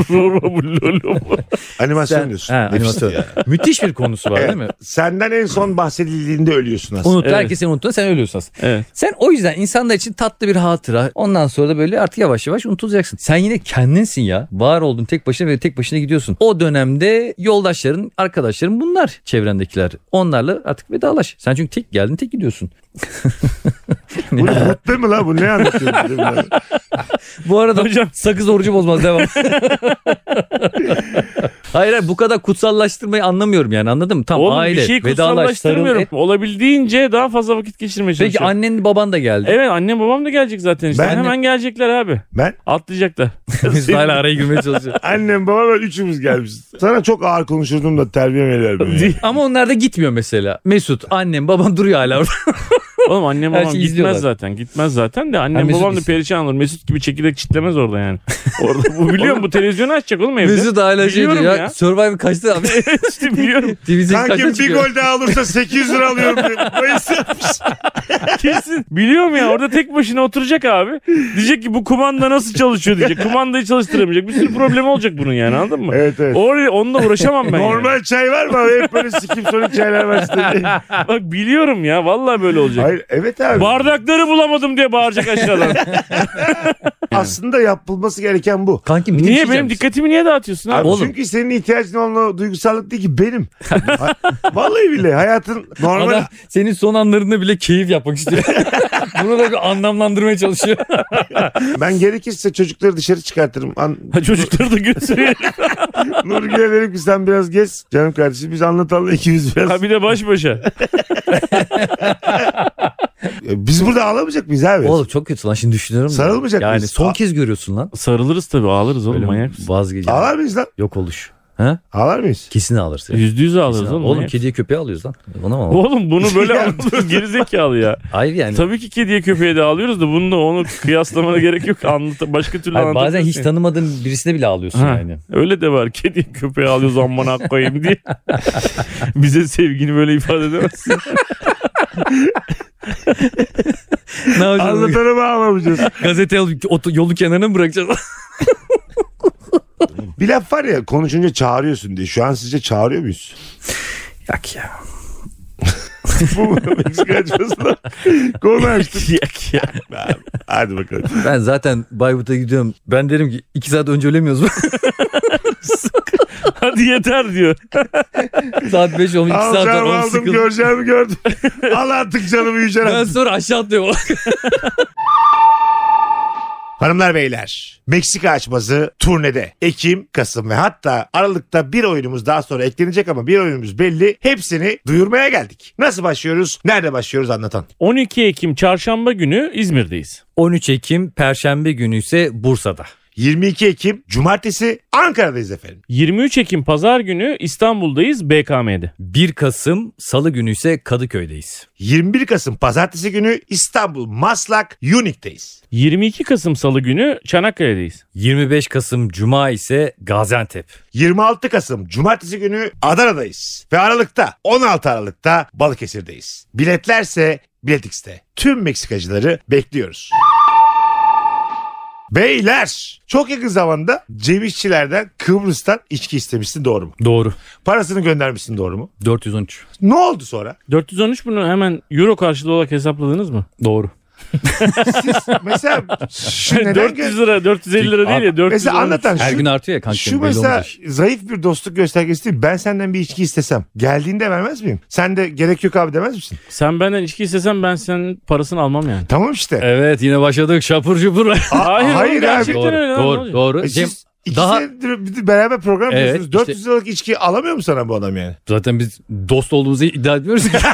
[SPEAKER 1] Animasyon
[SPEAKER 2] Sen-
[SPEAKER 1] diyorsun.
[SPEAKER 2] Ha,
[SPEAKER 1] Nefis
[SPEAKER 2] animasyon.
[SPEAKER 1] ya.
[SPEAKER 2] Müthiş bir konusu var
[SPEAKER 1] Evet.
[SPEAKER 2] değil mi?
[SPEAKER 1] Senden en son bahsedildiğinde ölüyorsun aslında.
[SPEAKER 2] Unuttu.
[SPEAKER 3] Evet.
[SPEAKER 2] Herkes seni unuttu. Sen ölüyorsun aslında.
[SPEAKER 3] Evet.
[SPEAKER 2] Sen o yüzden insanlar için tatlı bir hatıra. Ondan sonra da böyle artık yavaş yavaş unutulacaksın. Sen yine kendinsin ya. Var oldun tek başına ve tek başına gidiyorsun. O dönemde yoldaşların, arkadaşların bunlar çevrendekiler. Onlarla artık vedalaş. Sen çünkü tek geldin tek gidiyorsun.
[SPEAKER 1] Bu mutlu mu lan? Bu ne anlatıyor?
[SPEAKER 2] Bu arada
[SPEAKER 3] Hocam.
[SPEAKER 2] sakız orucu bozmaz devam. Hayır bu kadar kutsallaştırmayı anlamıyorum yani anladın mı? Tam
[SPEAKER 3] Oğlum
[SPEAKER 2] aile,
[SPEAKER 3] bir şeyi
[SPEAKER 2] vedalaş, sarıl
[SPEAKER 3] kutsallaştırmıyorum.
[SPEAKER 2] et.
[SPEAKER 3] Olabildiğince daha fazla vakit geçirmeye
[SPEAKER 2] Peki
[SPEAKER 3] çalışıyorum.
[SPEAKER 2] annen baban da geldi.
[SPEAKER 3] Evet annem babam da gelecek zaten işte.
[SPEAKER 1] Ben-
[SPEAKER 3] Hemen gelecekler abi.
[SPEAKER 1] Ben
[SPEAKER 3] Atlayacaklar.
[SPEAKER 2] Biz hala araya girmeye çalışıyoruz.
[SPEAKER 1] annem babam ben üçümüz gelmişiz. Sana çok ağır konuşurdum da terbiyem eder beni. ya.
[SPEAKER 2] Ama onlar da gitmiyor mesela. Mesut, annem, babam duruyor hala orada.
[SPEAKER 3] Oğlum annem
[SPEAKER 2] Her
[SPEAKER 3] babam
[SPEAKER 2] şeyi
[SPEAKER 3] gitmez
[SPEAKER 2] izliyorlar.
[SPEAKER 3] zaten. Gitmez zaten de
[SPEAKER 2] Ha,
[SPEAKER 3] annem
[SPEAKER 2] Mesut
[SPEAKER 3] babam da
[SPEAKER 2] gitsin.
[SPEAKER 3] perişan olur. Mesut gibi çekirdek çitlemez orada yani. Orada bu biliyor musun? Bu televizyonu açacak oğlum evde.
[SPEAKER 2] Mesut hala şey
[SPEAKER 3] Biliyorum
[SPEAKER 2] diyor ya. Survivor kaçtı abi.
[SPEAKER 3] İşte biliyorum.
[SPEAKER 2] TV8 kaçta
[SPEAKER 1] Kankim bir
[SPEAKER 2] çıkıyor?
[SPEAKER 1] gol daha olursa 800 lira alıyorum diye. Bahis yapmış.
[SPEAKER 3] Kesin. Biliyorum ya orada tek başına oturacak abi. Diyecek ki bu kumanda nasıl çalışıyor diyecek. Kumandayı çalıştıramayacak. Bir sürü problem olacak bunun yani anladın mı?
[SPEAKER 1] Evet evet.
[SPEAKER 3] Oraya onunla uğraşamam ben.
[SPEAKER 1] Normal çay var mı abi? Hep böyle sikim sonik çaylar var sitede.
[SPEAKER 3] Bak biliyorum ya vallahi böyle olacak.
[SPEAKER 1] Hayır evet abi.
[SPEAKER 3] Bardakları bulamadım diye bağıracak aşağıdan.
[SPEAKER 1] Aslında yapılması gereken bu.
[SPEAKER 2] Kankim bir de bir
[SPEAKER 3] Niye
[SPEAKER 2] şey
[SPEAKER 3] benim
[SPEAKER 2] diyeceğim.
[SPEAKER 3] dikkatimi niye dağıtıyorsun abi?
[SPEAKER 1] Abi
[SPEAKER 2] Oğlum.
[SPEAKER 1] çünkü senin ihtiyacın olan o duygusallık değil ki benim. Vallahi billahi hayatın normal.
[SPEAKER 2] Adam senin son anlarında bile keyif yapmak istiyor. Bunu da bir anlamlandırmaya çalışıyor.
[SPEAKER 1] Ben gerekirse çocukları dışarı çıkartırım.
[SPEAKER 3] Çocukları da götürüyor.
[SPEAKER 1] Nurgül'e derim ki sen biraz gez. Canım kardeşim biz anlatalım ikimiz biraz.
[SPEAKER 3] Ha bir de baş başa.
[SPEAKER 1] Biz burada ağlamayacak mıyız abi?
[SPEAKER 2] Oğlum çok kötü lan şimdi düşünüyorum. da.
[SPEAKER 1] Sarılmayacak
[SPEAKER 2] Yani
[SPEAKER 1] mıyız?
[SPEAKER 2] son kez görüyorsun lan.
[SPEAKER 3] Sarılırız tabii ağlarız oğlum
[SPEAKER 2] Böyle
[SPEAKER 3] manyak mısın?
[SPEAKER 2] vazgeçeceğim.
[SPEAKER 1] Ağlar mıyız lan?
[SPEAKER 2] Yok oluş. Ha?
[SPEAKER 1] Ağlar mıyız?
[SPEAKER 2] Kesin ağlarız. Ya.
[SPEAKER 3] %100 ağlarız
[SPEAKER 2] Kesin
[SPEAKER 3] oğlum.
[SPEAKER 2] Oğlum
[SPEAKER 3] manyak.
[SPEAKER 2] kediye köpeğe alıyoruz lan. Ona mı alalım?
[SPEAKER 3] Oğlum bunu böyle
[SPEAKER 1] Ya.
[SPEAKER 3] anlatıyoruz gerizekalı ya.
[SPEAKER 2] Hayır yani.
[SPEAKER 3] Tabii ki kediye köpeğe de ağlıyoruz da bununla onu kıyaslamana gerek yok. Başka türlü
[SPEAKER 2] Hayır, bazen hiç
[SPEAKER 3] anlatabilirsin.
[SPEAKER 2] tanımadığın birisine bile ağlıyorsun
[SPEAKER 3] Ha,
[SPEAKER 2] yani.
[SPEAKER 3] öyle de var. Kediye köpeğe ağlıyoruz amına koyayım diye. Bize sevgini böyle ifade edemezsin.
[SPEAKER 2] Ne yapacağız?
[SPEAKER 1] Anlatana mı ağlamayacağız?
[SPEAKER 2] Gazete alıp yolu kenarına mı bırakacağız?
[SPEAKER 1] Bir laf var ya konuşunca çağırıyorsun diye. Şu an sizce çağırıyor muyuz?
[SPEAKER 2] Yok ya.
[SPEAKER 1] Bu mu? Meksika açmasına konu açtık.
[SPEAKER 3] Yak ya.
[SPEAKER 1] Hadi bakalım.
[SPEAKER 2] Ben zaten Bayburt'a gidiyorum. Ben derim ki 2 saat önce ölemiyoruz mu?
[SPEAKER 3] Hadi yeter diyor.
[SPEAKER 2] Saat 5 olmuş 2 saat var.
[SPEAKER 1] Alacağımı
[SPEAKER 2] Onu
[SPEAKER 1] aldım
[SPEAKER 2] sıkıldım.
[SPEAKER 1] göreceğimi gördüm. Al artık canımı yücel
[SPEAKER 2] Ben
[SPEAKER 1] artık.
[SPEAKER 2] sonra aşağı atlıyorum.
[SPEAKER 1] Hanımlar beyler Meksika açmazı turnede Ekim, Kasım ve hatta Aralık'ta bir oyunumuz daha sonra eklenecek ama bir oyunumuz belli. Hepsini duyurmaya geldik. Nasıl başlıyoruz? Nerede başlıyoruz anlatan.
[SPEAKER 3] 12 Ekim çarşamba günü İzmir'deyiz.
[SPEAKER 2] 13 Ekim Perşembe günü ise Bursa'da.
[SPEAKER 1] 22 Ekim Cumartesi Ankara'dayız efendim.
[SPEAKER 3] 23 Ekim pazar günü İstanbul'dayız BKM'de.
[SPEAKER 2] 1 Kasım Salı günü ise Kadıköy'deyiz.
[SPEAKER 1] 21 Kasım Pazartesi günü İstanbul Maslak Unique'deyiz.
[SPEAKER 3] 22 Kasım Salı günü Çanakkale'deyiz.
[SPEAKER 2] 25 Kasım Cuma ise Gaziantep.
[SPEAKER 1] 26 Kasım Cumartesi günü Adana'dayız. Ve Aralık'ta 16 Aralık'ta Balıkesir'deyiz. Biletlerse Bilet X'te. Tüm Meksikacıları bekliyoruz. Beyler çok yakın zamanda Cem İşçilerden Kıbrıs'tan içki istemişsin doğru mu?
[SPEAKER 2] Doğru.
[SPEAKER 1] Parasını göndermişsin doğru mu?
[SPEAKER 2] 413.
[SPEAKER 1] Ne oldu sonra?
[SPEAKER 3] 413 bunu hemen euro karşılığı olarak hesapladınız mı?
[SPEAKER 2] Doğru.
[SPEAKER 1] Siz mesela şu neden
[SPEAKER 3] 400 lira 450 lira değil ya 400
[SPEAKER 1] mesela
[SPEAKER 3] lira.
[SPEAKER 1] anlatan
[SPEAKER 2] Her
[SPEAKER 1] şu,
[SPEAKER 2] gün artıyor ya kanka.
[SPEAKER 1] şu mesela zayıf bir dostluk göstergesi değil. Ben senden bir içki istesem geldiğinde vermez miyim? Sen de gerek yok abi demez misin?
[SPEAKER 3] Sen benden içki istesen ben senin parasını almam yani.
[SPEAKER 1] Tamam işte.
[SPEAKER 2] Evet yine başladık şapur şupur.
[SPEAKER 3] Hayır,
[SPEAKER 1] hayır
[SPEAKER 3] oğlum,
[SPEAKER 1] abi.
[SPEAKER 3] gerçekten
[SPEAKER 2] Doğru,
[SPEAKER 3] öyle. lan, ne
[SPEAKER 2] doğru,
[SPEAKER 3] olacak?
[SPEAKER 2] doğru.
[SPEAKER 1] Siz
[SPEAKER 2] Cem, Daha-
[SPEAKER 1] senedir beraber program
[SPEAKER 2] Evet,
[SPEAKER 1] yapıyorsunuz. 400 liralık içki alamıyor mu sana bu adam yani?
[SPEAKER 2] Zaten biz dost olduğumuzu iddia etmiyoruz ki.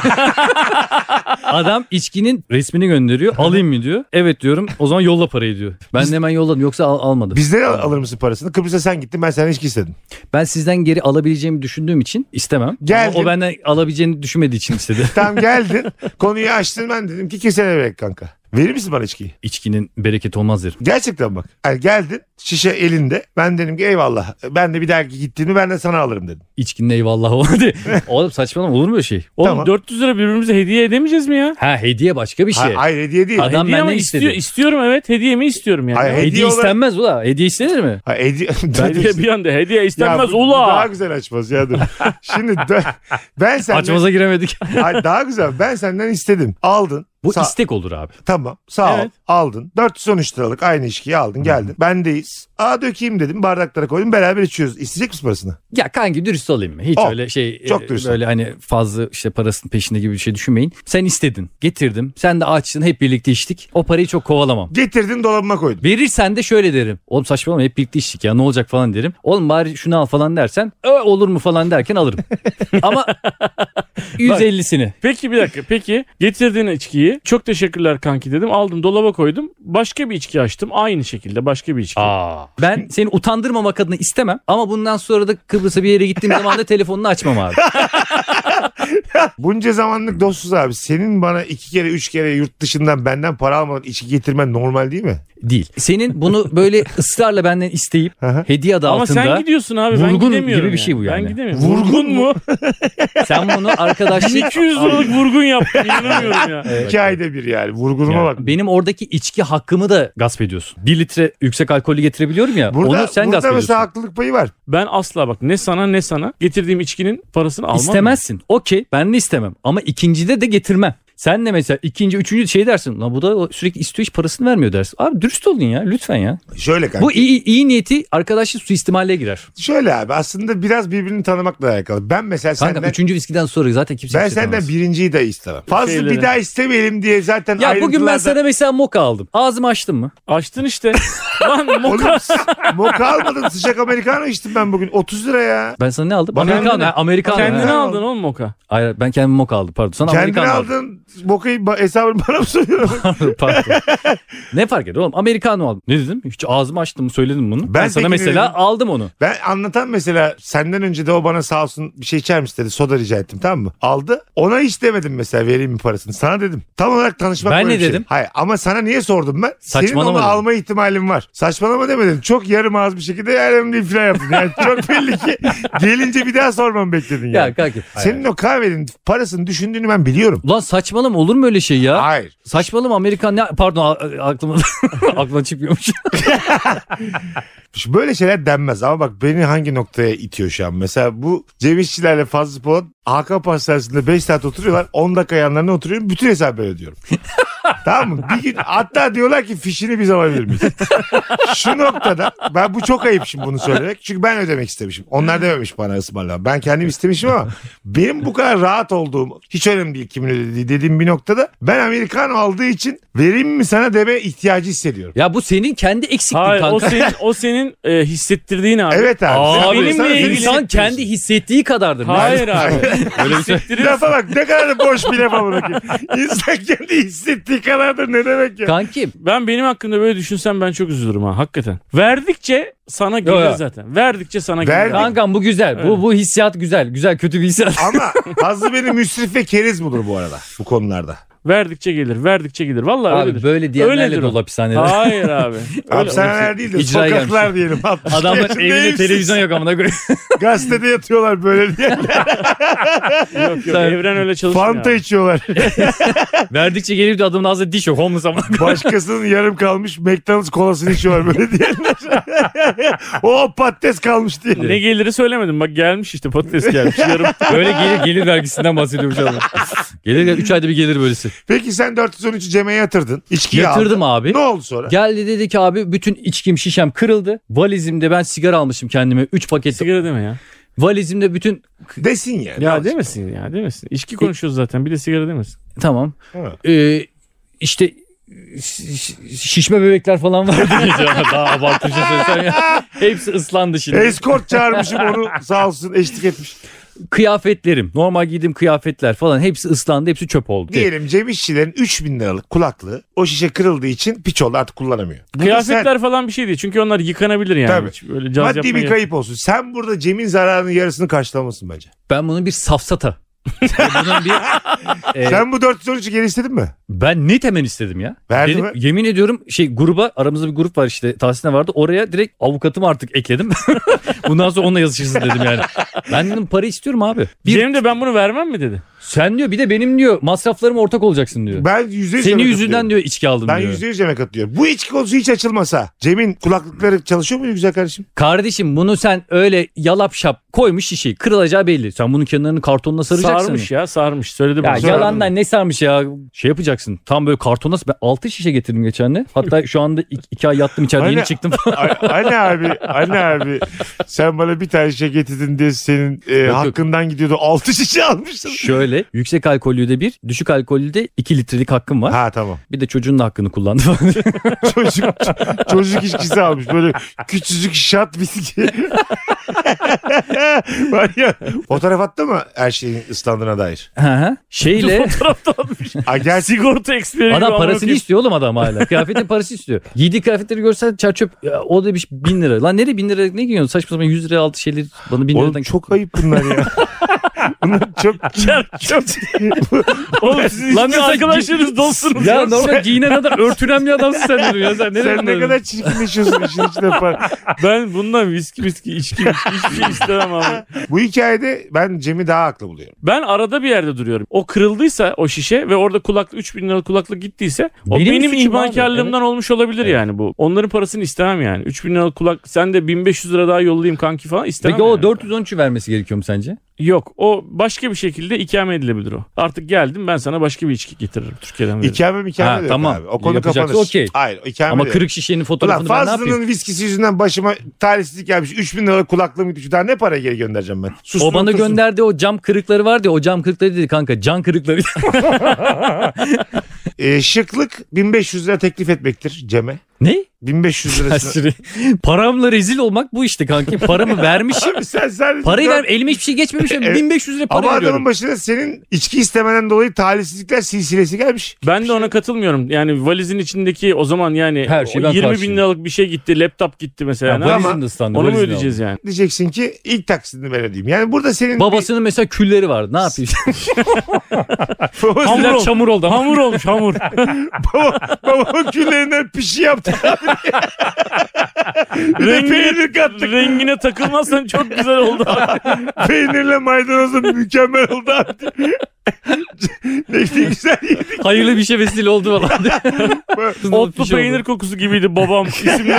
[SPEAKER 2] Adam içkinin resmini gönderiyor. Alayım mı diyor. Evet diyorum. O zaman yolla parayı diyor. Ben de hemen yolladım. Yoksa almadım.
[SPEAKER 1] Bizden alır mısın parasını? Kıbrıs'a sen gittin, ben senden içki istedim.
[SPEAKER 2] Ben sizden geri alabileceğimi düşündüğüm için istemem.
[SPEAKER 1] Geldin.
[SPEAKER 2] Ama o benden alabileceğini düşünmediği için istedi.
[SPEAKER 1] Tam geldin, konuyu açtın, ben dedim ki kesene berek kanka. Verir misin bana içkiyi?
[SPEAKER 2] İçkinin bereketi olmaz derim.
[SPEAKER 1] Gerçekten bak. Yani geldin, şişe elinde. Ben dedim ki eyvallah. Ben de bir dahaki gittiğimi ben de sana alırım dedim.
[SPEAKER 2] İçkinin eyvallah olmadı. Oğlum saçmalama, olur mu öyle şey?
[SPEAKER 3] Oğlum
[SPEAKER 1] Tamam.
[SPEAKER 3] 400 lira birbirimize hediye edemeyeceğiz mi ya?
[SPEAKER 2] Ha, hediye başka bir şey.
[SPEAKER 1] Hayır, hediye değil.
[SPEAKER 2] Adam
[SPEAKER 3] Hediye
[SPEAKER 2] benden
[SPEAKER 3] ama
[SPEAKER 2] istedi.
[SPEAKER 3] istiyorum evet, hediyemi istiyorum yani.
[SPEAKER 1] Hayır,
[SPEAKER 2] Hediye
[SPEAKER 1] hediye olarak-
[SPEAKER 2] istenmez ula. Hediye istenir mi?
[SPEAKER 3] Hediye bir anda hediye istenmez
[SPEAKER 1] bu
[SPEAKER 3] ula.
[SPEAKER 1] daha güzel açmaz ya dur. Şimdi ben senden...
[SPEAKER 2] Açmaza giremedik.
[SPEAKER 1] Hayır, daha güzel. Ben senden istedim. Aldın.
[SPEAKER 2] Bu
[SPEAKER 1] Sağ-
[SPEAKER 2] istek olur abi.
[SPEAKER 1] Tamam, sağ ol.
[SPEAKER 3] Evet.
[SPEAKER 1] Aldın. 413 liralık aynı içkiyi aldın, geldin. Bendeyiz. Dökeyim dedim. Bardaklara koydum. Beraber içiyoruz. İsteyecek misin parasını?
[SPEAKER 2] Ya kanki dürüst olayım mı? Hiç
[SPEAKER 1] Ol.
[SPEAKER 2] öyle şey
[SPEAKER 1] Çok dürüst
[SPEAKER 2] böyle hani fazla işte parasının peşinde gibi bir şey düşünmeyin. Sen istedin. Getirdim. Sen de açtın. Hep birlikte içtik. O parayı çok kovalamam.
[SPEAKER 1] Getirdin, dolabıma koydum.
[SPEAKER 2] Verirsen de şöyle derim. Oğlum saçmalama, hep birlikte içtik ya, ne olacak falan derim. Oğlum bari şunu al falan dersen olur mu falan derken alırım. Ama 150'sini.
[SPEAKER 3] Peki bir dakika. Peki getirdiğin içkiyi çok teşekkürler kanki dedim. Aldım dolaba koydum. Başka bir içki açtım. Aynı şekilde başka bir içki.
[SPEAKER 2] Ben seni utandırmamak adına istemem. Ama bundan sonra da Kıbrıs'a bir yere gittiğim zaman da telefonunu açmam abi.
[SPEAKER 1] Bunca zamanlık dostuz abi. Senin bana 2 kere 3 kere yurt dışından benden para almadan içki getirmen normal değil mi?
[SPEAKER 2] Değil. Senin bunu böyle ısrarla benden isteyip
[SPEAKER 1] Hı hı.
[SPEAKER 2] hediye adı
[SPEAKER 3] Ama
[SPEAKER 2] altında
[SPEAKER 3] sen gidiyorsun abi, ben
[SPEAKER 2] vurgun
[SPEAKER 3] gidemiyorum.
[SPEAKER 2] gibi bir şey bu yani.
[SPEAKER 3] Ben gidemiyorum.
[SPEAKER 1] Vurgun mu?
[SPEAKER 2] sen bunu arkadaşlık
[SPEAKER 3] 200 liralık vurgun yaptın, inanamıyorum ya.
[SPEAKER 1] 2 ayda bir yani. Vurgunuma
[SPEAKER 2] Ya,
[SPEAKER 1] bak.
[SPEAKER 2] benim oradaki içki hakkımı da gasp ediyorsun. 1 litre yüksek alkollü getirebiliyorum ya.
[SPEAKER 1] Burada,
[SPEAKER 2] onu sen gasp
[SPEAKER 1] burada
[SPEAKER 2] ediyorsun.
[SPEAKER 1] mesela haklılık payı var.
[SPEAKER 3] Ben asla bak ne sana ne sana getirdiğim içkinin parasını almam.
[SPEAKER 2] İstemezsin. Okey, ben de istemem. Ama ikincide de getirmem. Sen de mesela ikinci, üçüncü şey dersin. Lan bu da sürekli istiyor, hiç parasını vermiyor dersin. Abi dürüst olun ya lütfen ya.
[SPEAKER 1] Şöyle kanka.
[SPEAKER 2] Bu iyi niyeti arkadaşlık suistimalle girer.
[SPEAKER 1] Şöyle abi, aslında biraz birbirini tanımakla alakalı. Ben mesela
[SPEAKER 2] Kanka
[SPEAKER 1] senden...
[SPEAKER 2] 3. viskiden sonra zaten kimse
[SPEAKER 1] Ben
[SPEAKER 2] bir şey
[SPEAKER 1] senden
[SPEAKER 2] tanımaz.
[SPEAKER 1] birinciyi de istemem. Fazla
[SPEAKER 3] Şeyleri.
[SPEAKER 1] bir daha istemeyelim diye zaten
[SPEAKER 2] Ya bugün ben
[SPEAKER 1] ayrıntılarda-
[SPEAKER 2] sana mesela moka aldım. Ağzımı açtın mı?
[SPEAKER 3] Açtın işte. Lan moka.
[SPEAKER 1] Oğlum moka almadım, sıcak americano içtim ben bugün. 30 lira ya.
[SPEAKER 2] Ben sana ne aldım?
[SPEAKER 1] Bana
[SPEAKER 2] Amerikano.
[SPEAKER 3] kendine-
[SPEAKER 2] Amerikano.
[SPEAKER 3] Kendine
[SPEAKER 2] Ha.
[SPEAKER 3] aldın oğlum moka.
[SPEAKER 2] Hayır, ben kendime moka aldım pardon. Sana
[SPEAKER 1] Kendine
[SPEAKER 2] Amerikano aldım.
[SPEAKER 1] aldın mokayı, hesabını bana mı soruyorsun?
[SPEAKER 2] Pardon. Ne fark eder oğlum? Amerikano aldım. Ne dedim? Hiç ağzımı açtım mı, söyledim bunu.
[SPEAKER 1] Ben
[SPEAKER 2] Ben sana
[SPEAKER 1] peki ne
[SPEAKER 2] mesela
[SPEAKER 1] dedim?
[SPEAKER 2] aldım onu.
[SPEAKER 1] Ben anlatan mesela senden önce de o bana sağ olsun bir şey içer misin dedi. Soda rica ettim, tamam mı? Aldı. Ona hiç demedim mesela, vereyim mi parasını. Sana dedim. Tam olarak tanışmak
[SPEAKER 2] Ben
[SPEAKER 1] böyle
[SPEAKER 2] ne
[SPEAKER 1] bir şey.
[SPEAKER 2] dedim?
[SPEAKER 1] Hayır, ama sana niye sordum ben? Senin
[SPEAKER 2] Saçmalama
[SPEAKER 1] onu
[SPEAKER 2] dedim.
[SPEAKER 1] alma ihtimalin var. Saçmalama demedim. Çok yarım ağız bir şekilde önemli iflah yaptın. Yani çok belli ki gelince bir daha sormamı bekledin yani.
[SPEAKER 2] Ya kanka.
[SPEAKER 1] Senin o kahvenin parasını düşündüğünü ben biliyorum.
[SPEAKER 2] Ulan saçmalama, olur mu öyle şey ya?
[SPEAKER 1] Hayır.
[SPEAKER 2] Saçmalama, Amerikan ne? Pardon aklıma aklıma çıkmıyormuş.
[SPEAKER 1] Böyle şeyler denmez ama bak beni hangi noktaya itiyor şu an. Mesela bu Cem İşçilerle Fazlı Polat Hakan Pastanesi'nde 5 saat oturuyorlar. 10 dakika yanlarına oturuyorum. Bütün hesabı ben ödüyorum. Tamam mı? Bir gün hatta diyorlar ki fişini biz alabilir miyiz? Şu noktada ben bu çok ayıp şimdi bunu söylemek. Çünkü ben ödemek istemişim. Onlar dememiş bana ısmarla. Ben kendim istemişim ama benim bu kadar rahat olduğum, hiç önemli değil kimin ödediği dediğim bir noktada ben Amerikan aldığı için vereyim mi sana deme ihtiyacı hissediyorum.
[SPEAKER 2] Ya bu senin kendi eksikliğin
[SPEAKER 3] Hayır
[SPEAKER 2] kanka.
[SPEAKER 3] o senin hissettirdiğin abi.
[SPEAKER 1] Evet abi.
[SPEAKER 2] Abi
[SPEAKER 3] Benimle
[SPEAKER 1] Sana
[SPEAKER 3] ilgili
[SPEAKER 1] hissettiriyorsun.
[SPEAKER 2] insan kendi hissettiği kadardır.
[SPEAKER 3] Hayır abi.
[SPEAKER 2] Öyle bir şey.
[SPEAKER 1] Lafa bak, ne kadar da boş bir lafa bırakayım. İnsan kendi hissettiği kadardır ne demek ya?
[SPEAKER 2] Kankim
[SPEAKER 3] Benim hakkımda böyle düşünsem ben çok üzülürüm ha hakikaten. Verdikçe sana gelir
[SPEAKER 2] Yo.
[SPEAKER 3] zaten. Verdikçe sana gelir.
[SPEAKER 1] Verdik.
[SPEAKER 2] kankam bu güzel.
[SPEAKER 3] Evet.
[SPEAKER 2] Bu hissiyat güzel. Güzel, kötü bir hissiyat.
[SPEAKER 1] Ama Fazlı beni müsrif ve keriz bulur bu arada bu konularda.
[SPEAKER 3] Verdikçe gelir. Verdikçe gelir. Vallahi
[SPEAKER 2] Abi
[SPEAKER 3] öyledir.
[SPEAKER 2] böyle diyenlerle
[SPEAKER 3] Öyledir o.
[SPEAKER 2] dolu hapishaneler.
[SPEAKER 3] Hayır abi.
[SPEAKER 1] Hapishaneler değil de
[SPEAKER 2] İcraya
[SPEAKER 1] sokaklar diyelim. 60
[SPEAKER 2] Adamın
[SPEAKER 1] yaşında
[SPEAKER 2] evinde
[SPEAKER 1] evsiz.
[SPEAKER 2] televizyon yok amına koyayım.
[SPEAKER 1] Gazetede yatıyorlar böyle diye.
[SPEAKER 3] Yok
[SPEAKER 2] Sen-
[SPEAKER 3] evren öyle çalışmıyor.
[SPEAKER 1] Fanta
[SPEAKER 3] abi.
[SPEAKER 1] içiyorlar.
[SPEAKER 2] Verdikçe gelip de adamın ağzında diş yok. Homeless amına koyayım.
[SPEAKER 1] Başkasının yarım kalmış McDonald's kolasını içiyorlar böyle diyenler. O patates kalmış diye.
[SPEAKER 3] Ne geliri söylemedim. Bak gelmiş işte patates gelmiş. Yarım.
[SPEAKER 2] Böyle gelir vergisinden bahsediyorum şu anda. Gelir 3 ayda bir gelir böylesi.
[SPEAKER 1] Peki sen 413'ü Cem'e yatırdın. İçkiyi
[SPEAKER 2] Yatırdım
[SPEAKER 1] aldın.
[SPEAKER 2] abi.
[SPEAKER 1] Ne oldu sonra?
[SPEAKER 2] Geldi dedi ki abi bütün içkim şişem kırıldı. Valizimde ben sigara almışım kendime 3 paket.
[SPEAKER 3] Sigara deme ya.
[SPEAKER 2] Valizimde bütün
[SPEAKER 1] Desin yani.
[SPEAKER 3] Ya demesin ya demesin. İçki konuşuyoruz zaten. Bir de sigara demesin.
[SPEAKER 2] tamam.
[SPEAKER 1] Ha.
[SPEAKER 2] İşte şişme bebekler falan vardı. Daha abartı bir şey söylesem ya. Hepsi ıslandı şimdi.
[SPEAKER 1] Eskort çağırmışım onu sağ olsun eşlik etmiş.
[SPEAKER 2] Kıyafetlerim, normal giydiğim kıyafetler falan hepsi ıslandı, hepsi çöp oldu.
[SPEAKER 1] Diyelim Cem İşçilerin 3.000 liralık kulaklığı o şişe kırıldığı için piç oldu artık kullanamıyor. Burada
[SPEAKER 3] Kıyafetler falan bir şey değil. Çünkü onlar yıkanabilir yani.
[SPEAKER 1] Tabii.
[SPEAKER 3] Hiç böyle caz
[SPEAKER 1] maddi
[SPEAKER 3] yapmaya
[SPEAKER 1] bir
[SPEAKER 3] gerek-
[SPEAKER 1] kayıp olsun. Sen burada Cem'in zararının yarısını karşılamasın bence.
[SPEAKER 2] Ben bunun bir safsata. Bunun bir,
[SPEAKER 1] Sen bu 413'ü geri istedin mi?
[SPEAKER 2] ben net hemen istedim ya.
[SPEAKER 1] Verdi
[SPEAKER 2] Dedim,
[SPEAKER 1] mi?
[SPEAKER 2] yemin ediyorum gruba, aramızda bir grup var işte, Tahsin'e vardı. Oraya direkt avukatımı artık ekledim. Bundan sonra onunla yazışırsın dedim yani. Ben dedim para istiyorum abi.
[SPEAKER 3] Cem de ben bunu vermem mi dedi.
[SPEAKER 2] Sen diyor bir de benim diyor masraflarıma ortak olacaksın diyor.
[SPEAKER 1] Ben %100
[SPEAKER 2] Senin
[SPEAKER 1] Cem'e
[SPEAKER 2] yüzünden
[SPEAKER 1] katılıyorum.
[SPEAKER 2] diyor içki aldım
[SPEAKER 1] Ben
[SPEAKER 2] diyor.
[SPEAKER 1] %100 Cem'e katılıyorum. Bu içki konusu hiç açılmasa Cem'in kulaklıkları çalışıyor muydu güzel kardeşim?
[SPEAKER 2] Kardeşim bunu sen öyle yalap şap koymuş şişeyi, kırılacağı belli. Sen bunun kenarını kartonla saracaksın.
[SPEAKER 3] Sarmış ya sarmış. Söyledi
[SPEAKER 2] Ya
[SPEAKER 3] bana.
[SPEAKER 1] Sonra-
[SPEAKER 2] yalandan ne sarmış ya. Şey yapacaksın. Tam böyle kartona, ben 6 şişe getirdim geçen de. Hatta şu anda 2 ay yattım içeride,
[SPEAKER 1] Aynen.
[SPEAKER 2] yeni çıktım.
[SPEAKER 1] Anne abi sen bana bir tane şişe getirdin diye senin
[SPEAKER 2] yok.
[SPEAKER 1] hakkından gidiyordu 6 şişe almışsın.
[SPEAKER 2] Şöyle yüksek alkollü de 1, düşük alkollü de 2 litrelik hakkım var.
[SPEAKER 1] Ha tamam.
[SPEAKER 2] Bir de çocuğun da hakkını kullandı.
[SPEAKER 1] Çocuk içkisi almış böyle küçücük şat viski. Var ya, fotoğraf attı mı her şeyin ıslandığına dair?
[SPEAKER 2] Hı hı. Şeyle
[SPEAKER 3] Fotoğrafta atmış.
[SPEAKER 1] Gel
[SPEAKER 3] Sigorta eksperi.
[SPEAKER 2] adam parasını istiyor oğlum adam hala. Kıyafetin parası istiyor. Giydiği kıyafetleri görsen çerçöp o demiş 1000 lira. Lan nereye 1000 lira ne giyiyorsun? Saçma sapan 100 liraya altı şeyleri bana 1000
[SPEAKER 1] Oğlum
[SPEAKER 2] liradan.
[SPEAKER 1] çok ayıp bunlar ya. Bunlar çok
[SPEAKER 3] Oğlum siz
[SPEAKER 2] Lan
[SPEAKER 3] işte
[SPEAKER 2] mesela-
[SPEAKER 3] arkadaşlarınız dostsunuz.
[SPEAKER 2] Ya normal giyinen adam, örtünen bir adamsın sen diyorum ya. Sen nereye
[SPEAKER 1] sen ne kadar çirkinleşiyorsun işin içine para.
[SPEAKER 3] Ben bundan viski içki hiçbir şey istemem abi.
[SPEAKER 1] Bu hikayede ben Cem'i daha haklı buluyorum.
[SPEAKER 3] Ben arada bir yerde duruyorum. O kırıldıysa o şişe ve orada kulaklık 3000 liralık kulaklık gittiyse o
[SPEAKER 2] Benim
[SPEAKER 3] benim
[SPEAKER 2] suçum
[SPEAKER 3] ihmalkarlığımdan olmuş olabilir yani bu. Onların parasını istemem yani. 3000 liralık kulak sen de 1500 lira daha yollayayım kanki falan istemem.
[SPEAKER 2] Peki o
[SPEAKER 3] yani.
[SPEAKER 2] 413'ü vermesi gerekiyor mu sence?
[SPEAKER 3] Yok o başka bir şekilde ikame edilebilir o. Artık geldim ben sana başka bir içki getiririm Türkiye'den veririm.
[SPEAKER 1] İkame
[SPEAKER 2] Ha,
[SPEAKER 1] de yok
[SPEAKER 2] tamam.
[SPEAKER 1] abi. O konu
[SPEAKER 2] Yapacaksa
[SPEAKER 1] kapanır.
[SPEAKER 2] okey.
[SPEAKER 1] Hayır ikame
[SPEAKER 2] Ama
[SPEAKER 1] de yok.
[SPEAKER 2] kırık şişenin
[SPEAKER 1] Ulan
[SPEAKER 2] fotoğrafını ben ne yapayım?
[SPEAKER 1] Fazlı'nın viskisi yüzünden başıma talihsizlik gelmiş. 3000 liralık kulaklığım gitti. Şu daha ne paraya geri göndereceğim ben? Sustum,
[SPEAKER 2] O bana
[SPEAKER 1] otursun.
[SPEAKER 2] gönderdi o cam kırıkları vardı ya, o cam kırıkları dedi kanka, can kırıkları.
[SPEAKER 1] Şıklık 1500 lira teklif etmektir Cem'e.
[SPEAKER 2] Ne?
[SPEAKER 1] 1500 lirasını.
[SPEAKER 2] Paramla rezil olmak bu işte kanki. Paramı vermişim.
[SPEAKER 1] Abi sen sadece
[SPEAKER 2] Parayı
[SPEAKER 1] dört-
[SPEAKER 2] ver, elime hiçbir şey geçmemiş.
[SPEAKER 1] Evet.
[SPEAKER 2] 1500 lira para
[SPEAKER 1] Ama
[SPEAKER 2] veriyorum.
[SPEAKER 1] adamın başına senin içki istemeden dolayı talihsizlikler silsilesi gelmiş.
[SPEAKER 3] Ben de ona katılmıyorum. Yani valizin içindeki o zaman yani
[SPEAKER 2] Her şeyi
[SPEAKER 3] o
[SPEAKER 2] ben
[SPEAKER 3] 20 bin
[SPEAKER 2] karşılayayım.
[SPEAKER 3] liralık bir şey gitti. Laptop gitti mesela.
[SPEAKER 2] Ya,
[SPEAKER 3] Ne yapalım?
[SPEAKER 2] valizini de ıslandı,
[SPEAKER 3] Onu mu
[SPEAKER 2] valizini
[SPEAKER 3] ödeyeceğiz yani?
[SPEAKER 1] Diyeceksin ki ilk taksidini ben ödeyeyim. Yani burada senin
[SPEAKER 2] Babasının mesela külleri vardı. Ne yapayım?
[SPEAKER 1] babası,
[SPEAKER 3] Hamur
[SPEAKER 2] Küller
[SPEAKER 3] oldu.
[SPEAKER 2] çamur oldu.
[SPEAKER 3] Hamur olmuş hamur.
[SPEAKER 1] babamın küllerinden pişi yaptı. Bir de peynir kattık.
[SPEAKER 3] Rengine takılmazsan çok güzel oldu abi.
[SPEAKER 1] Peynirle maydanozla mükemmel oldu abi. ne güzel yedik.
[SPEAKER 2] Hayırlı bir şey vesile oldu falan.
[SPEAKER 3] Otlu peynir kokusu gibiydi babam isimli.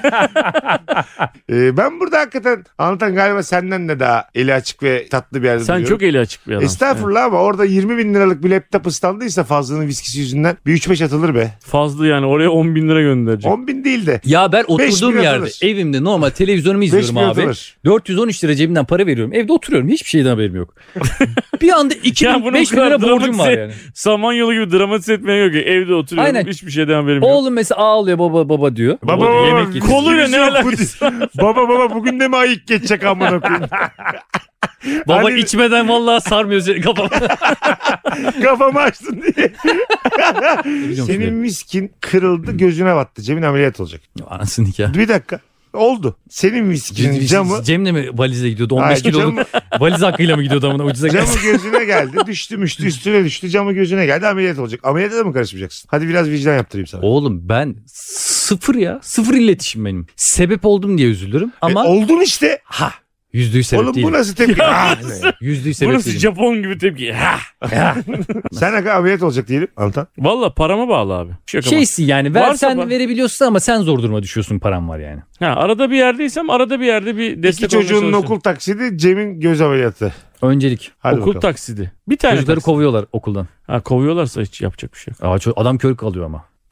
[SPEAKER 1] Ben burada hakikaten anlatan galiba senden de daha eli açık ve tatlı bir yerde
[SPEAKER 3] Sen
[SPEAKER 1] duruyorum.
[SPEAKER 3] çok eli açık bir adamsın.
[SPEAKER 1] Estağfurullah ama orada 20 bin liralık bir laptop ıslandıysa Fazlı'nın viskisi yüzünden bir 3-5 atılır be.
[SPEAKER 3] Fazla yani oraya 10 bin lira gönderecek.
[SPEAKER 1] 10 bin değil de.
[SPEAKER 2] Ya ben
[SPEAKER 1] 5
[SPEAKER 2] oturduğum
[SPEAKER 1] bin
[SPEAKER 2] yerde
[SPEAKER 1] atılır.
[SPEAKER 2] evimde normal televizyonumu
[SPEAKER 1] 5
[SPEAKER 2] izliyorum
[SPEAKER 1] bin
[SPEAKER 2] abi.
[SPEAKER 1] atılır.
[SPEAKER 2] 413 lira cebimden para veriyorum. Evde oturuyorum. Hiçbir şeyden haberim yok. Bir anda
[SPEAKER 3] Ya
[SPEAKER 2] 2000
[SPEAKER 3] bunun
[SPEAKER 2] 5000
[SPEAKER 3] kadar
[SPEAKER 2] lira borcum var
[SPEAKER 3] dramatik-
[SPEAKER 2] yani.
[SPEAKER 3] Samanyolu gibi dramatize etmeye yok ya. Evde oturuyorum.
[SPEAKER 2] Aynen.
[SPEAKER 3] Hiçbir şeyden haberim yok.
[SPEAKER 2] Oğlum mesela ağlıyor, baba diyor.
[SPEAKER 1] Baba
[SPEAKER 2] yemek yedi.
[SPEAKER 3] Koluyla ne
[SPEAKER 1] Yok bu
[SPEAKER 3] alakası?
[SPEAKER 1] değil. baba bugün de mi ayık geçecek amına koyayım.
[SPEAKER 2] Baba
[SPEAKER 1] Hani-
[SPEAKER 2] içmeden vallahi sarmıyor seni kafam.
[SPEAKER 1] Kafamı açtın diye.
[SPEAKER 2] Biliyorum
[SPEAKER 1] Senin
[SPEAKER 2] şimdi.
[SPEAKER 1] miskin kırıldı gözüne battı. Cem'in ameliyat olacak.
[SPEAKER 2] Anasını nikah.
[SPEAKER 1] Bir dakika. Oldu. Senin miskin camı
[SPEAKER 2] Cem'le mi valize gidiyordu? 15
[SPEAKER 1] Hayır,
[SPEAKER 2] kiloluk valiz hakkıyla mı gidiyordu amına ucuza geldi.
[SPEAKER 1] camı gözüne geldi. Düştü üstüne düştü. Camı gözüne geldi ameliyat olacak. Ameliyata da mı karışmayacaksın? Hadi biraz vicdan yaptırayım sana.
[SPEAKER 2] Oğlum ben sıfır ya. Sıfır iletişim benim. Sebep oldum diye üzülürüm ama
[SPEAKER 1] Oldun işte.
[SPEAKER 2] ha %100 sebep
[SPEAKER 1] Oğlum
[SPEAKER 2] değilim.
[SPEAKER 1] bu nasıl tepki? Ah!
[SPEAKER 2] %100
[SPEAKER 3] Bu
[SPEAKER 2] sebep
[SPEAKER 3] nasıl
[SPEAKER 2] değilim.
[SPEAKER 3] Japon gibi tepki? Ha.
[SPEAKER 1] Sen aga ameliyat olacak diyelim. Anlatan.
[SPEAKER 3] Valla parama bağlı abi. Bir şey yok ama.
[SPEAKER 2] Şeysin yani
[SPEAKER 3] Varsa
[SPEAKER 2] versen
[SPEAKER 3] bak-
[SPEAKER 2] verebiliyorsun ama sen zor duruma düşüyorsun, param var yani.
[SPEAKER 3] Ha, arada bir yerdeysem arada bir yerde bir destek
[SPEAKER 1] İki
[SPEAKER 3] olmaya
[SPEAKER 1] çocuğunun
[SPEAKER 3] çalışıyorum.
[SPEAKER 1] okul taksidi Cem'in göz ameliyatı.
[SPEAKER 2] Öncelik.
[SPEAKER 1] Hadi
[SPEAKER 3] Okul
[SPEAKER 1] bakalım.
[SPEAKER 3] taksidi. Bir tane
[SPEAKER 2] Çocukları
[SPEAKER 3] taksidi.
[SPEAKER 2] kovuyorlar okuldan.
[SPEAKER 3] Ha, kovuyorlarsa hiç yapacak bir şey yok.
[SPEAKER 2] Adam kör kalıyor ama.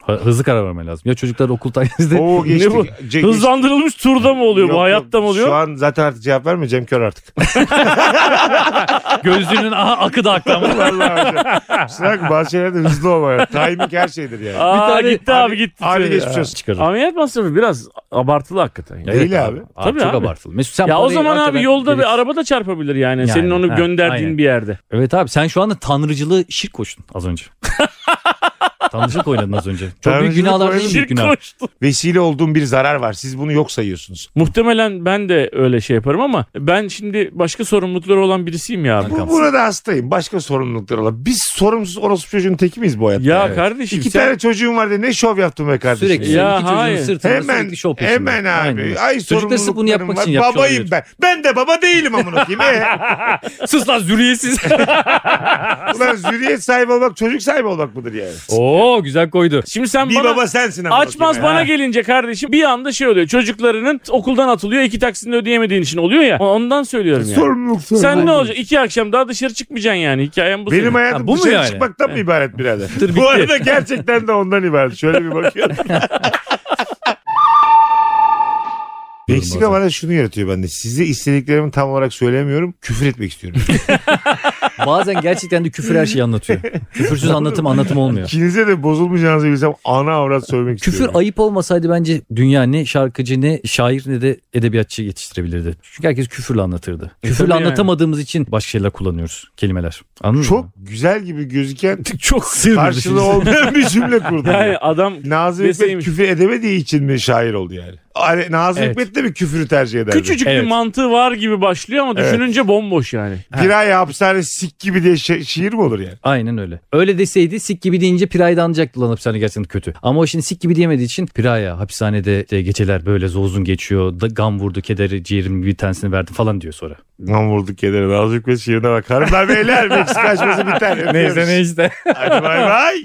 [SPEAKER 2] Hızlı karar vermen lazım. Ya çocuklar okul tatilinde.
[SPEAKER 1] Oo geçtik.
[SPEAKER 3] Ne bu? Hızlandırılmış turda mı oluyor?
[SPEAKER 1] Yok,
[SPEAKER 3] Bu hayatta mı oluyor?
[SPEAKER 1] Şu an zaten artık cevap verme, Cem Kör artık.
[SPEAKER 2] Gözlüğünün akı da aklı ama.
[SPEAKER 1] Vallahi hocam. Kusura bakma, bazı şeylerde hızlı olma. Timing her şeydir yani.
[SPEAKER 3] Aa, gitti abi gitti.
[SPEAKER 1] Abi geçmiş olsun.
[SPEAKER 2] Çıkarır.
[SPEAKER 3] Ameliyat masrafı biraz abartılı hakikaten.
[SPEAKER 2] Evet
[SPEAKER 1] Değil abi.
[SPEAKER 3] Tabii
[SPEAKER 2] çok
[SPEAKER 3] abi.
[SPEAKER 2] abartılı. Mesut sen
[SPEAKER 3] Ya o
[SPEAKER 2] parayı
[SPEAKER 3] zaman abi
[SPEAKER 2] hakikaten
[SPEAKER 3] yolda
[SPEAKER 2] gerek-
[SPEAKER 3] bir araba da çarpabilir yani.
[SPEAKER 2] Yani,
[SPEAKER 3] Senin onu gönderdiğin
[SPEAKER 2] aynen.
[SPEAKER 3] bir yerde.
[SPEAKER 2] Evet abi sen şu anda tanrıcılığı şirk koştun az önce. Tanrıcılık oynadın az önce. Çok büyük
[SPEAKER 1] Tanrıcılık
[SPEAKER 2] günahlardan
[SPEAKER 1] oynadım.
[SPEAKER 2] en büyük
[SPEAKER 3] Şirk
[SPEAKER 2] günah.
[SPEAKER 3] koştu.
[SPEAKER 1] Vesile olduğum bir zarar var. Siz bunu yok sayıyorsunuz.
[SPEAKER 3] Muhtemelen ben de öyle şey yaparım ama ben şimdi başka sorumlulukları olan birisiyim ya abi.
[SPEAKER 2] Kankam.
[SPEAKER 1] Burada hastayım. Başka sorumluluklar olan. Biz sorumsuz orospu çocuğun teki miyiz bu hayatta?
[SPEAKER 3] Ya
[SPEAKER 2] Evet.
[SPEAKER 3] kardeşim
[SPEAKER 1] İki
[SPEAKER 3] sen
[SPEAKER 1] tane çocuğum var diye ne şov yaptım be kardeşim.
[SPEAKER 2] Sürekli
[SPEAKER 3] Ya
[SPEAKER 2] iki çocuğun
[SPEAKER 3] hayır.
[SPEAKER 2] sırtında
[SPEAKER 1] Hemen,
[SPEAKER 2] sürekli şov peşinde.
[SPEAKER 1] hemen abi.
[SPEAKER 2] Aynen.
[SPEAKER 1] Ay
[SPEAKER 2] Çocuklar sırf bunu yapmak için
[SPEAKER 1] sorumluluklarım var.
[SPEAKER 2] yapmış
[SPEAKER 1] Babayım
[SPEAKER 2] olabilir.
[SPEAKER 1] ben. Ben de baba değilim amına koyayım.
[SPEAKER 2] Sus lan zürriyetsiz.
[SPEAKER 1] Ulan zürriyet sahibi olmak çocuk sahibi olmak mıdır yani?
[SPEAKER 2] Oo güzel koydu.
[SPEAKER 3] Şimdi sen
[SPEAKER 1] Bir
[SPEAKER 3] bana
[SPEAKER 1] baba sensin amına
[SPEAKER 3] açmaz
[SPEAKER 1] koyayım
[SPEAKER 3] bana
[SPEAKER 1] ya.
[SPEAKER 3] gelince kardeşim bir anda şey oluyor. Çocuklarının okuldan atılıyor, 2 taksitini ödeyemediğin için oluyor ya. Ondan söylüyorum yani.
[SPEAKER 1] Sorumluluk.
[SPEAKER 3] Sen ne olacak? 2 akşam daha dışarı çıkmayacaksın yani. Hikayem bu
[SPEAKER 1] Benim
[SPEAKER 3] senin.
[SPEAKER 1] hayatım
[SPEAKER 2] Ha, bu mu
[SPEAKER 1] dışarı
[SPEAKER 2] yani?
[SPEAKER 1] çıkmaktan mı ibaret birader?
[SPEAKER 2] bitti.
[SPEAKER 1] Bu arada gerçekten de ondan ibaret. Şöyle bir bakıyorum. Meksika bana şunu yaratıyor bende. Size istediklerimi tam olarak söylemiyorum. Küfür etmek istiyorum.
[SPEAKER 2] Bazen gerçekten de küfür her şeyi anlatıyor. Küfürsüz anlatım olmuyor.
[SPEAKER 1] İkinize de bozulmayacağınızı bilsem ana avrat söylemek
[SPEAKER 2] Küfür
[SPEAKER 1] istiyorum.
[SPEAKER 2] ayıp olmasaydı bence dünya ne şarkıcı ne şair ne de edebiyatçı yetiştirebilirdi. Çünkü herkes küfürle anlatırdı. Küfürle
[SPEAKER 3] tabii yani.
[SPEAKER 2] anlatamadığımız için başka şeyler kullanıyoruz. Kelimeler. Anladın mı?
[SPEAKER 1] Çok güzel gibi gözüken
[SPEAKER 3] Çok
[SPEAKER 2] sır
[SPEAKER 1] karşılığı olmayan bir cümle kurdum.
[SPEAKER 3] yani
[SPEAKER 1] Yani.
[SPEAKER 3] adam
[SPEAKER 1] Nazım Hikmet
[SPEAKER 3] deseymiş.
[SPEAKER 1] küfür edemediği için mi şair oldu yani? Nazım
[SPEAKER 2] Evet.
[SPEAKER 1] Hikmet de mi küfürü tercih ederdi?
[SPEAKER 3] küçücük
[SPEAKER 2] Evet.
[SPEAKER 3] bir mantığı var gibi başlıyor ama
[SPEAKER 1] Evet.
[SPEAKER 3] düşününce bomboş yani.
[SPEAKER 1] Bir ay hapishane sik gibi diye şiir mi olur yani?
[SPEAKER 2] Aynen öyle. Öyle deseydi sik gibi deyince Piray'da anlayacaktı lan hapishane gerçekten kötü. Ama o şimdi sik gibi diyemediği için Piraya hapishanede de geceler böyle zozun geçiyor. Gam vurdu kederi ciğerimin bir tanesini verdim falan diyor sonra.
[SPEAKER 1] Lan vurduk kedere. Nazım Hikmet şiirine bak. Hanımlar beyler Meksika açması biter. Öpüyoruz.
[SPEAKER 2] işte.
[SPEAKER 1] Hadi bay bay.